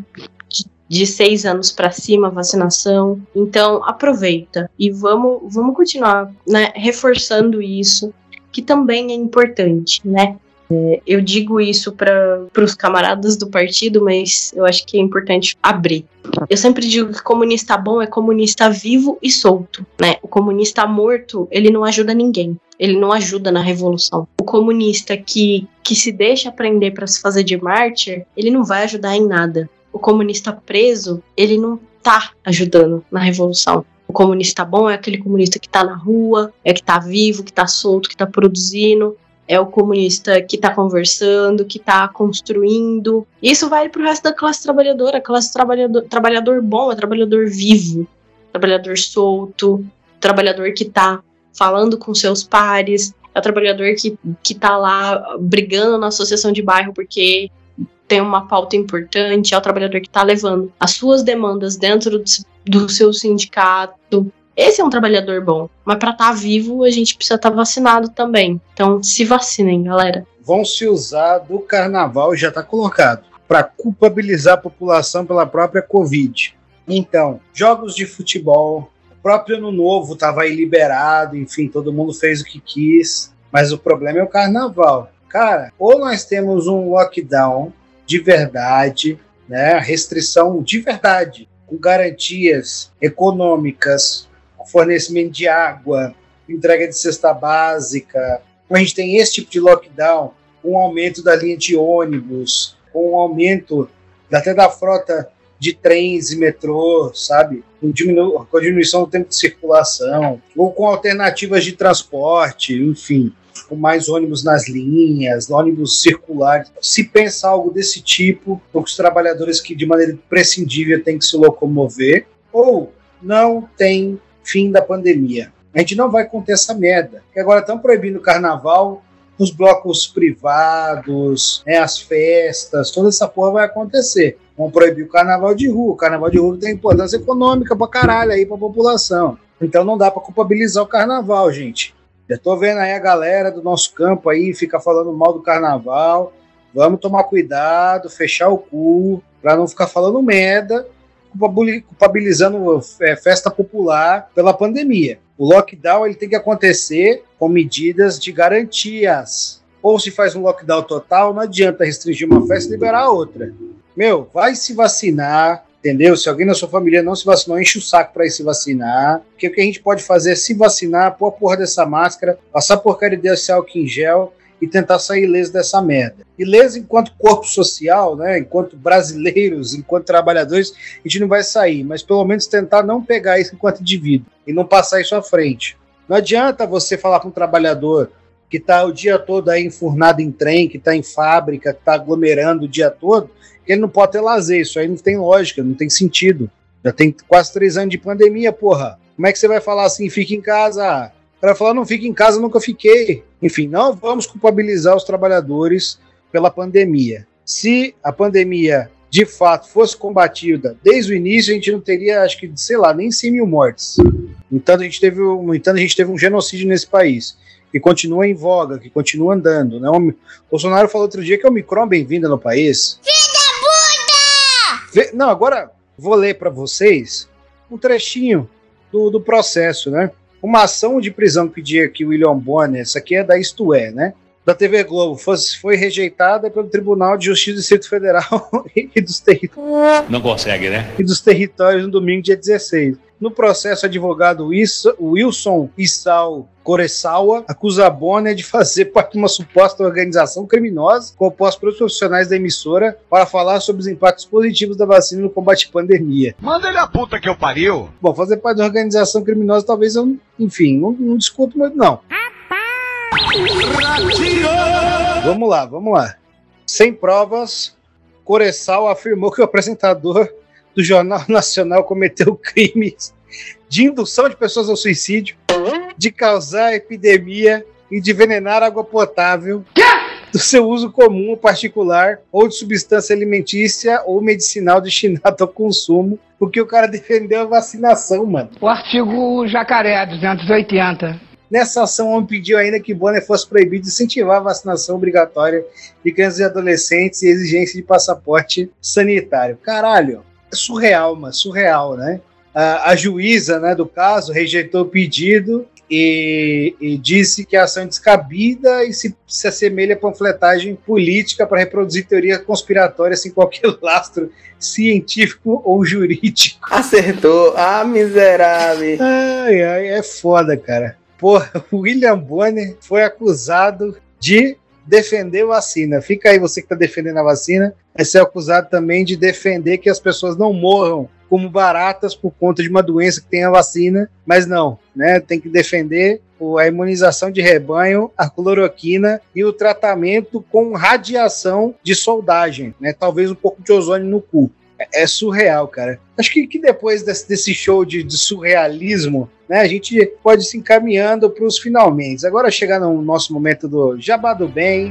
de 6 anos para cima a vacinação, então aproveita e vamos continuar, né, reforçando isso, que também é importante, né? Eu digo isso para os camaradas do partido, mas eu acho que é importante abrir. Eu sempre digo que comunista bom é comunista vivo e solto, né? O comunista morto, ele não ajuda ninguém. Ele não ajuda na revolução. O comunista que se deixa prender para se fazer de mártir, ele não vai ajudar em nada. O comunista preso, ele não tá ajudando na revolução. O comunista bom é aquele comunista que tá na rua, é que tá vivo, que tá solto, que tá produzindo. É o comunista que tá conversando, que tá construindo. Isso vale pro resto da classe trabalhadora. A classe trabalhador bom é trabalhador vivo, trabalhador solto, trabalhador que tá falando com seus pares, é o trabalhador que tá lá brigando na associação de bairro porque tem uma pauta importante, é o trabalhador que tá levando as suas demandas dentro do seu sindicato. Esse é um trabalhador bom, mas para estar vivo a gente precisa estar vacinado também. Então se vacinem, galera. Vão se usar do carnaval, já está colocado, para culpabilizar a população pela própria Covid. Então, jogos de futebol, o próprio Ano Novo estava aí liberado, enfim, todo mundo fez o que quis, mas o problema é o carnaval. Cara, ou nós temos um lockdown de verdade, né, restrição de verdade, com garantias econômicas, fornecimento de água, entrega de cesta básica. A gente tem esse tipo de lockdown, um aumento da linha de ônibus, um aumento até da frota de trens e metrô, sabe? Com diminuição do tempo de circulação, ou com alternativas de transporte, enfim, com mais ônibus nas linhas, ônibus circulares. Se pensa algo desse tipo, com os trabalhadores que de maneira imprescindível têm que se locomover, ou não tem fim da pandemia. A gente não vai conter essa merda. Porque agora estão proibindo o carnaval, os blocos privados, né, as festas, toda essa porra vai acontecer. Vão proibir o carnaval de rua. O carnaval de rua tem importância econômica pra caralho aí pra população. Então não dá pra culpabilizar o carnaval, gente. Já tô vendo aí a galera do nosso campo aí, fica falando mal do carnaval. Vamos tomar cuidado, fechar o cu, pra não ficar falando merda, culpabilizando festa popular pela pandemia. O lockdown ele tem que acontecer com medidas de garantias. Ou se faz um lockdown total, não adianta restringir uma festa e liberar a outra. Meu, vai se vacinar, entendeu? Se alguém na sua família não se vacinou, enche o saco pra ir se vacinar. Porque o que a gente pode fazer é se vacinar, pôr a porra dessa máscara, passar porcaria desse álcool em gel e tentar sair ileso dessa merda. Ileso enquanto corpo social, né? Enquanto brasileiros, enquanto trabalhadores, a gente não vai sair, mas pelo menos tentar não pegar isso enquanto indivíduo e não passar isso à frente. Não adianta você falar para um trabalhador que está o dia todo aí enfurnado em trem, que está em fábrica, que está aglomerando o dia todo, que ele não pode ter lazer. Isso aí não tem lógica, não tem sentido. Já tem quase 3 anos de pandemia, porra. Como é que você vai falar assim, fica em casa? O cara vai falar, não fica em casa, nunca fiquei. Enfim, não vamos culpabilizar os trabalhadores pela pandemia. Se a pandemia, de fato, fosse combatida desde o início, a gente não teria, acho que, sei lá, nem 100 mil mortes. No entanto, a gente teve um genocídio nesse país, que continua em voga, que continua andando. Né? O Bolsonaro falou outro dia que é o Omicron bem-vindo no país. Filha da puta! Não, agora vou ler para vocês um trechinho do processo, né? Uma ação de prisão que pedia aqui o William Bonner, isso aqui é da Isto É, né? Da TV Globo, foi rejeitada pelo Tribunal de Justiça do Distrito Federal e dos territórios. Não consegue, né? E dos territórios no domingo, dia 16. No processo, o advogado Wilson Issal Kurosawa acusa a Bonner de fazer parte de uma suposta organização criminosa composta por profissionais da emissora para falar sobre os impactos positivos da vacina no combate à pandemia. Manda ele a puta que eu pariu! Bom, fazer parte de uma organização criminosa talvez eu, enfim, não discuto muito não. Vamos lá. Sem provas, Kurosawa afirmou que o apresentador do Jornal Nacional cometeu crimes de indução de pessoas ao suicídio, de causar epidemia e de envenenar água potável, do seu uso comum ou particular, ou de substância alimentícia ou medicinal destinada ao consumo, porque o cara defendeu a vacinação, mano. O artigo Jacaré 280. Nessa ação, o homem pediu ainda que Bonner fosse proibido de incentivar a vacinação obrigatória de crianças e adolescentes e exigência de passaporte sanitário. Caralho, é surreal, mano, surreal, né? A juíza, né, do caso rejeitou o pedido e disse que a ação é descabida e se assemelha a panfletagem política para reproduzir teoria conspiratória sem qualquer lastro científico ou jurídico. Acertou, miserável. Ai, é foda, cara. Porra, o William Bonner foi acusado de defender a vacina. Fica aí você que está defendendo a vacina, vai ser acusado também de defender que as pessoas não morram como baratas por conta de uma doença que tem a vacina, mas não, né? Tem que defender a imunização de rebanho, a cloroquina e o tratamento com radiação de soldagem, né? Talvez um pouco de ozônio no cu. É surreal, cara. Acho que depois desse show de surrealismo, né, a gente pode ir se encaminhando para os finalmente. Agora chegar no nosso momento do Jabá do Bem.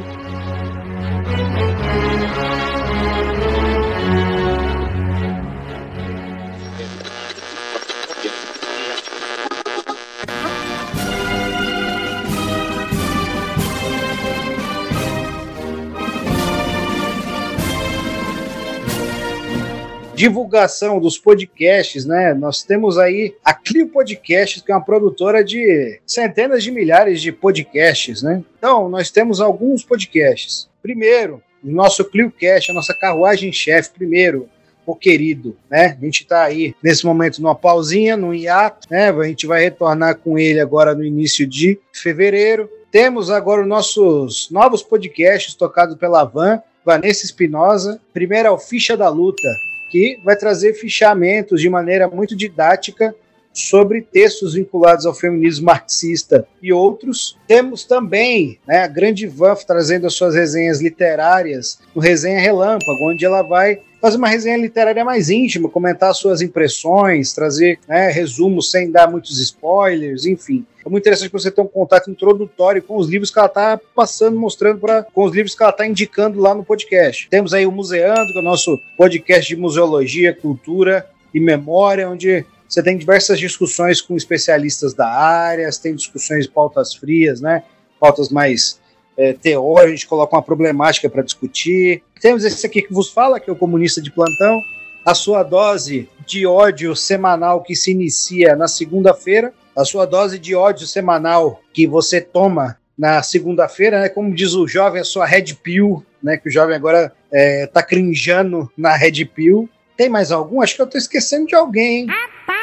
Divulgação dos podcasts, né? Nós temos aí a Clio Podcasts, que é uma produtora de centenas de milhares de podcasts, né? Então, nós temos alguns podcasts. Primeiro, o nosso ClioCast, a nossa carruagem-chefe, primeiro, o querido, né? A gente está aí, nesse momento, numa pausinha, num hiato, né? A gente vai retornar com ele agora no início de fevereiro. Temos agora os nossos novos podcasts tocados pela Vanessa Espinosa. Primeiro é o Ficha da Luta, que vai trazer fichamentos de maneira muito didática sobre textos vinculados ao feminismo marxista e outros. Temos também, né, a grande Van trazendo as suas resenhas literárias no Resenha Relâmpago, onde ela vai fazer uma resenha literária mais íntima, comentar suas impressões, trazer, né, resumos sem dar muitos spoilers, enfim. É muito interessante você ter um contato introdutório com os livros que ela está passando, mostrando com os livros que ela está indicando lá no podcast. Temos aí o Museando, que é o nosso podcast de museologia, cultura e memória, onde você tem diversas discussões com especialistas da área, tem discussões de pautas frias, né? Pautas mais teóricas, a gente coloca uma problemática para discutir. Temos esse aqui que vos fala, que é o Comunista de Plantão, a sua dose de ódio semanal que se inicia na segunda-feira, a sua dose de ódio semanal que você toma na segunda-feira, né? Como diz o jovem, a sua Red Pill, né? Que o jovem agora tá crinjando na Red Pill. Tem mais algum? Acho que eu tô esquecendo de alguém, hein?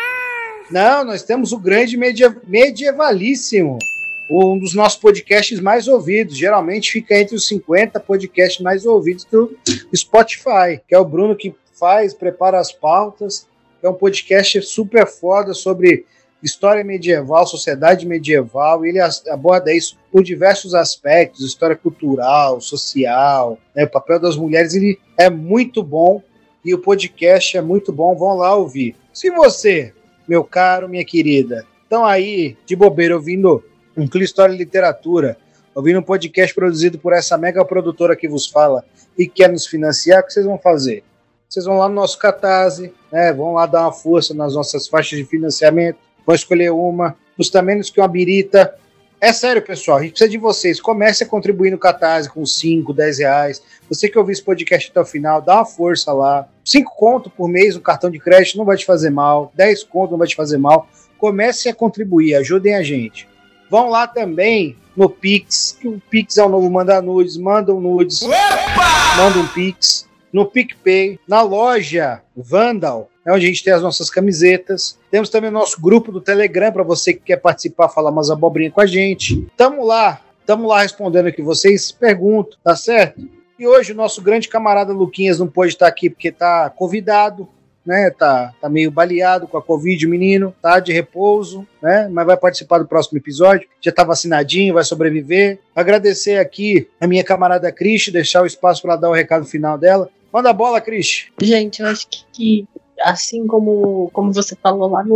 Não, nós temos o grande Medievalíssimo, um dos nossos podcasts mais ouvidos. Geralmente fica entre os 50 podcasts mais ouvidos do Spotify, que é o Bruno que prepara as pautas. É um podcast super foda sobre história medieval, sociedade medieval, e ele aborda isso por diversos aspectos, história cultural, social, né, o papel das mulheres. Ele é muito bom e o podcast é muito bom, vão lá ouvir. Se você, meu caro, minha querida, estão aí de bobeira ouvindo um Clio História e Literatura, ouvindo um podcast produzido por essa mega produtora que vos fala e quer nos financiar, o que vocês vão fazer? Vocês vão lá no nosso Catarse, né, vão lá dar uma força nas nossas faixas de financiamento, vão escolher uma, custa menos que uma birita. É sério, pessoal, a gente precisa de vocês. Comece a contribuir no Catarse com 5, 10 reais. Você que ouviu esse podcast até o final, dá uma força lá. 5 conto por mês no cartão de crédito não vai te fazer mal. 10 conto não vai te fazer mal. Comece a contribuir, ajudem a gente. Vão lá também no Pix, que o Pix é o novo Manda Nudes. Mandam nudes, mandam Pix. No PicPay, na loja Vandal, é onde a gente tem as nossas camisetas. Temos também o nosso grupo do Telegram, para você que quer participar, falar umas abobrinhas com a gente. Tamo lá respondendo o que vocês perguntam, tá certo? E hoje o nosso grande camarada Luquinhas não pôde estar aqui porque tá convidado, né? Tá meio baleado com a Covid, o menino, tá de repouso, né? Mas vai participar do próximo episódio. Já tá vacinadinho, vai sobreviver. Agradecer aqui a minha camarada Cris, deixar o espaço para dar o recado final dela. Manda a bola, Cris. Gente, eu acho que assim como você falou lá no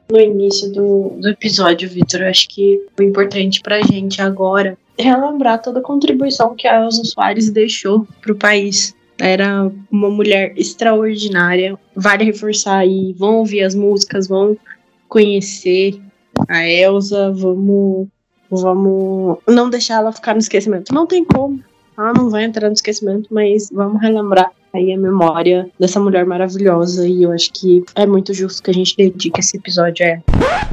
no início do episódio, Vitor. Eu acho que o importante pra gente agora é relembrar toda a contribuição que a Elza Soares deixou pro país. Era uma mulher extraordinária. Vale reforçar aí, vão ouvir as músicas, vão conhecer a Elza, vamos não deixar ela ficar no esquecimento. Não tem como, ela não vai entrar no esquecimento, mas vamos relembrar aí a memória dessa mulher maravilhosa, e eu acho que é muito justo que a gente dedique esse episódio a ela.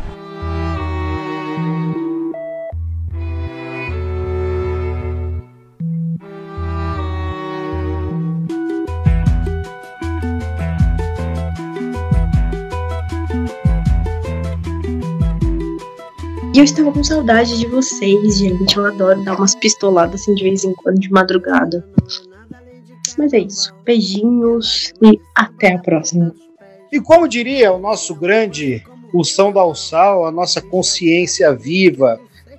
E eu estava com saudade de vocês, gente. Eu adoro dar umas pistoladas assim de vez em quando, de madrugada. Mas é isso. Beijinhos e até a próxima. E como diria o nosso grande Pulsão da Ursal, a nossa consciência viva,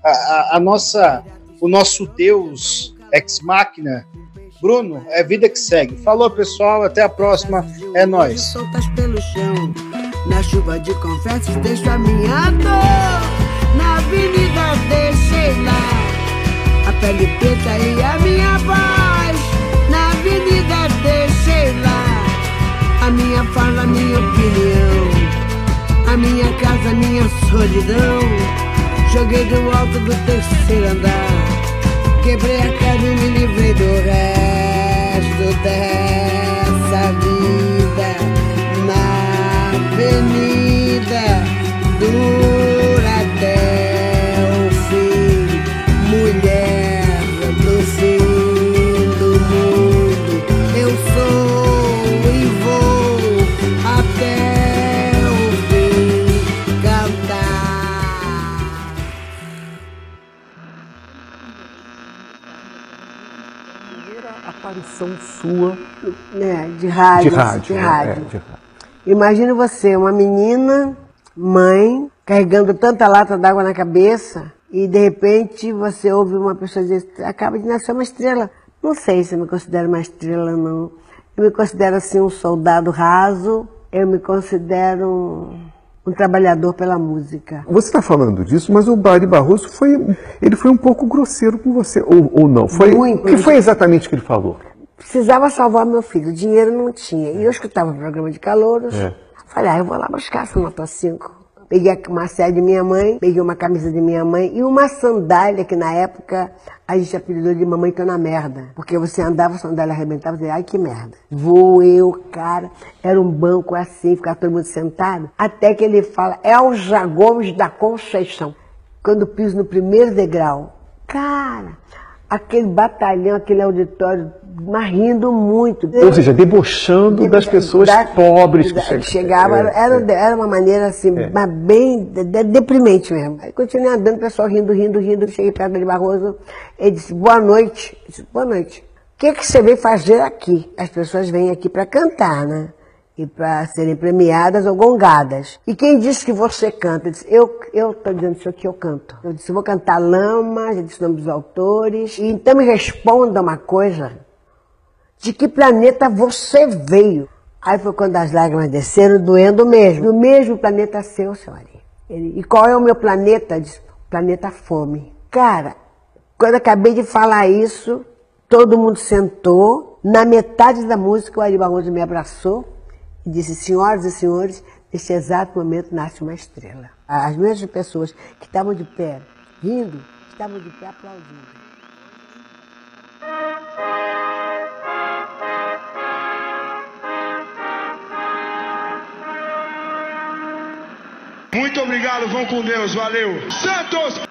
o nosso Deus ex machina, Bruno, é vida que segue. Falou, pessoal, até a próxima. É nóis. Soltas pelo chão, na chuva de confetes deixo a minha dor. Na avenida deixei lá a pele preta e a minha voz. Na avenida deixei lá a minha fala, a minha opinião, a minha casa, a minha solidão. Joguei do alto do terceiro andar, quebrei a cara e me livrei do resto dessa vida. Na avenida dura até o fim, mulher do fim do mundo. Eu sou e vou até o fim cantar. Primeira aparição sua de rádio. De rádio. Imagina você, uma menina, mãe, carregando tanta lata d'água na cabeça, e de repente você ouve uma pessoa dizer: acaba de nascer uma estrela. Não sei se eu me considero uma estrela, não. Eu me considero assim um soldado raso, eu me considero um trabalhador pela música. Você está falando disso, mas o Ari Barroso foi um pouco grosseiro com você, ou não? Muito. O que foi exatamente que ele falou? Precisava salvar meu filho, dinheiro não tinha. E eu escutava o programa de calouros. Falei, eu vou lá buscar essa nota 5. Peguei uma série de minha mãe, peguei uma camisa de minha mãe e uma sandália que na época a gente apelidou de Mamãe Tô na Merda. Porque você andava, a sandália arrebentava e dizia: ai que merda. Vou eu, cara. Era um banco assim, ficava todo mundo sentado. Até que ele fala: Elza Gomes da Conceição. Quando piso no primeiro degrau, cara, aquele batalhão, aquele auditório, mas rindo muito. Ou seja, debochando das pessoas pobres que chegavam. Era uma maneira assim, mas bem deprimente mesmo. Aí continuei andando, o pessoal rindo. Cheguei perto de Barroso, ele disse: boa noite. Eu disse: boa noite. O que você veio fazer aqui? As pessoas vêm aqui para cantar, né? E para serem premiadas ou gongadas. E quem disse que você canta? Eu disse: eu estou dizendo isso aqui, eu canto. Eu disse: eu vou cantar Lama, já disse o nome dos autores. E então me responda uma coisa: de que planeta você veio? Aí foi quando as lágrimas desceram, doendo mesmo. Do mesmo planeta seu, senhora. E qual é o meu planeta? Eu disse: planeta fome. Cara, quando eu acabei de falar isso, todo mundo sentou. Na metade da música, o Ari Barroso me abraçou e disse: senhoras e senhores, neste exato momento nasce uma estrela. As mesmas pessoas que estavam de pé rindo, estavam de pé aplaudindo. Muito obrigado, vão com Deus, valeu. Santos!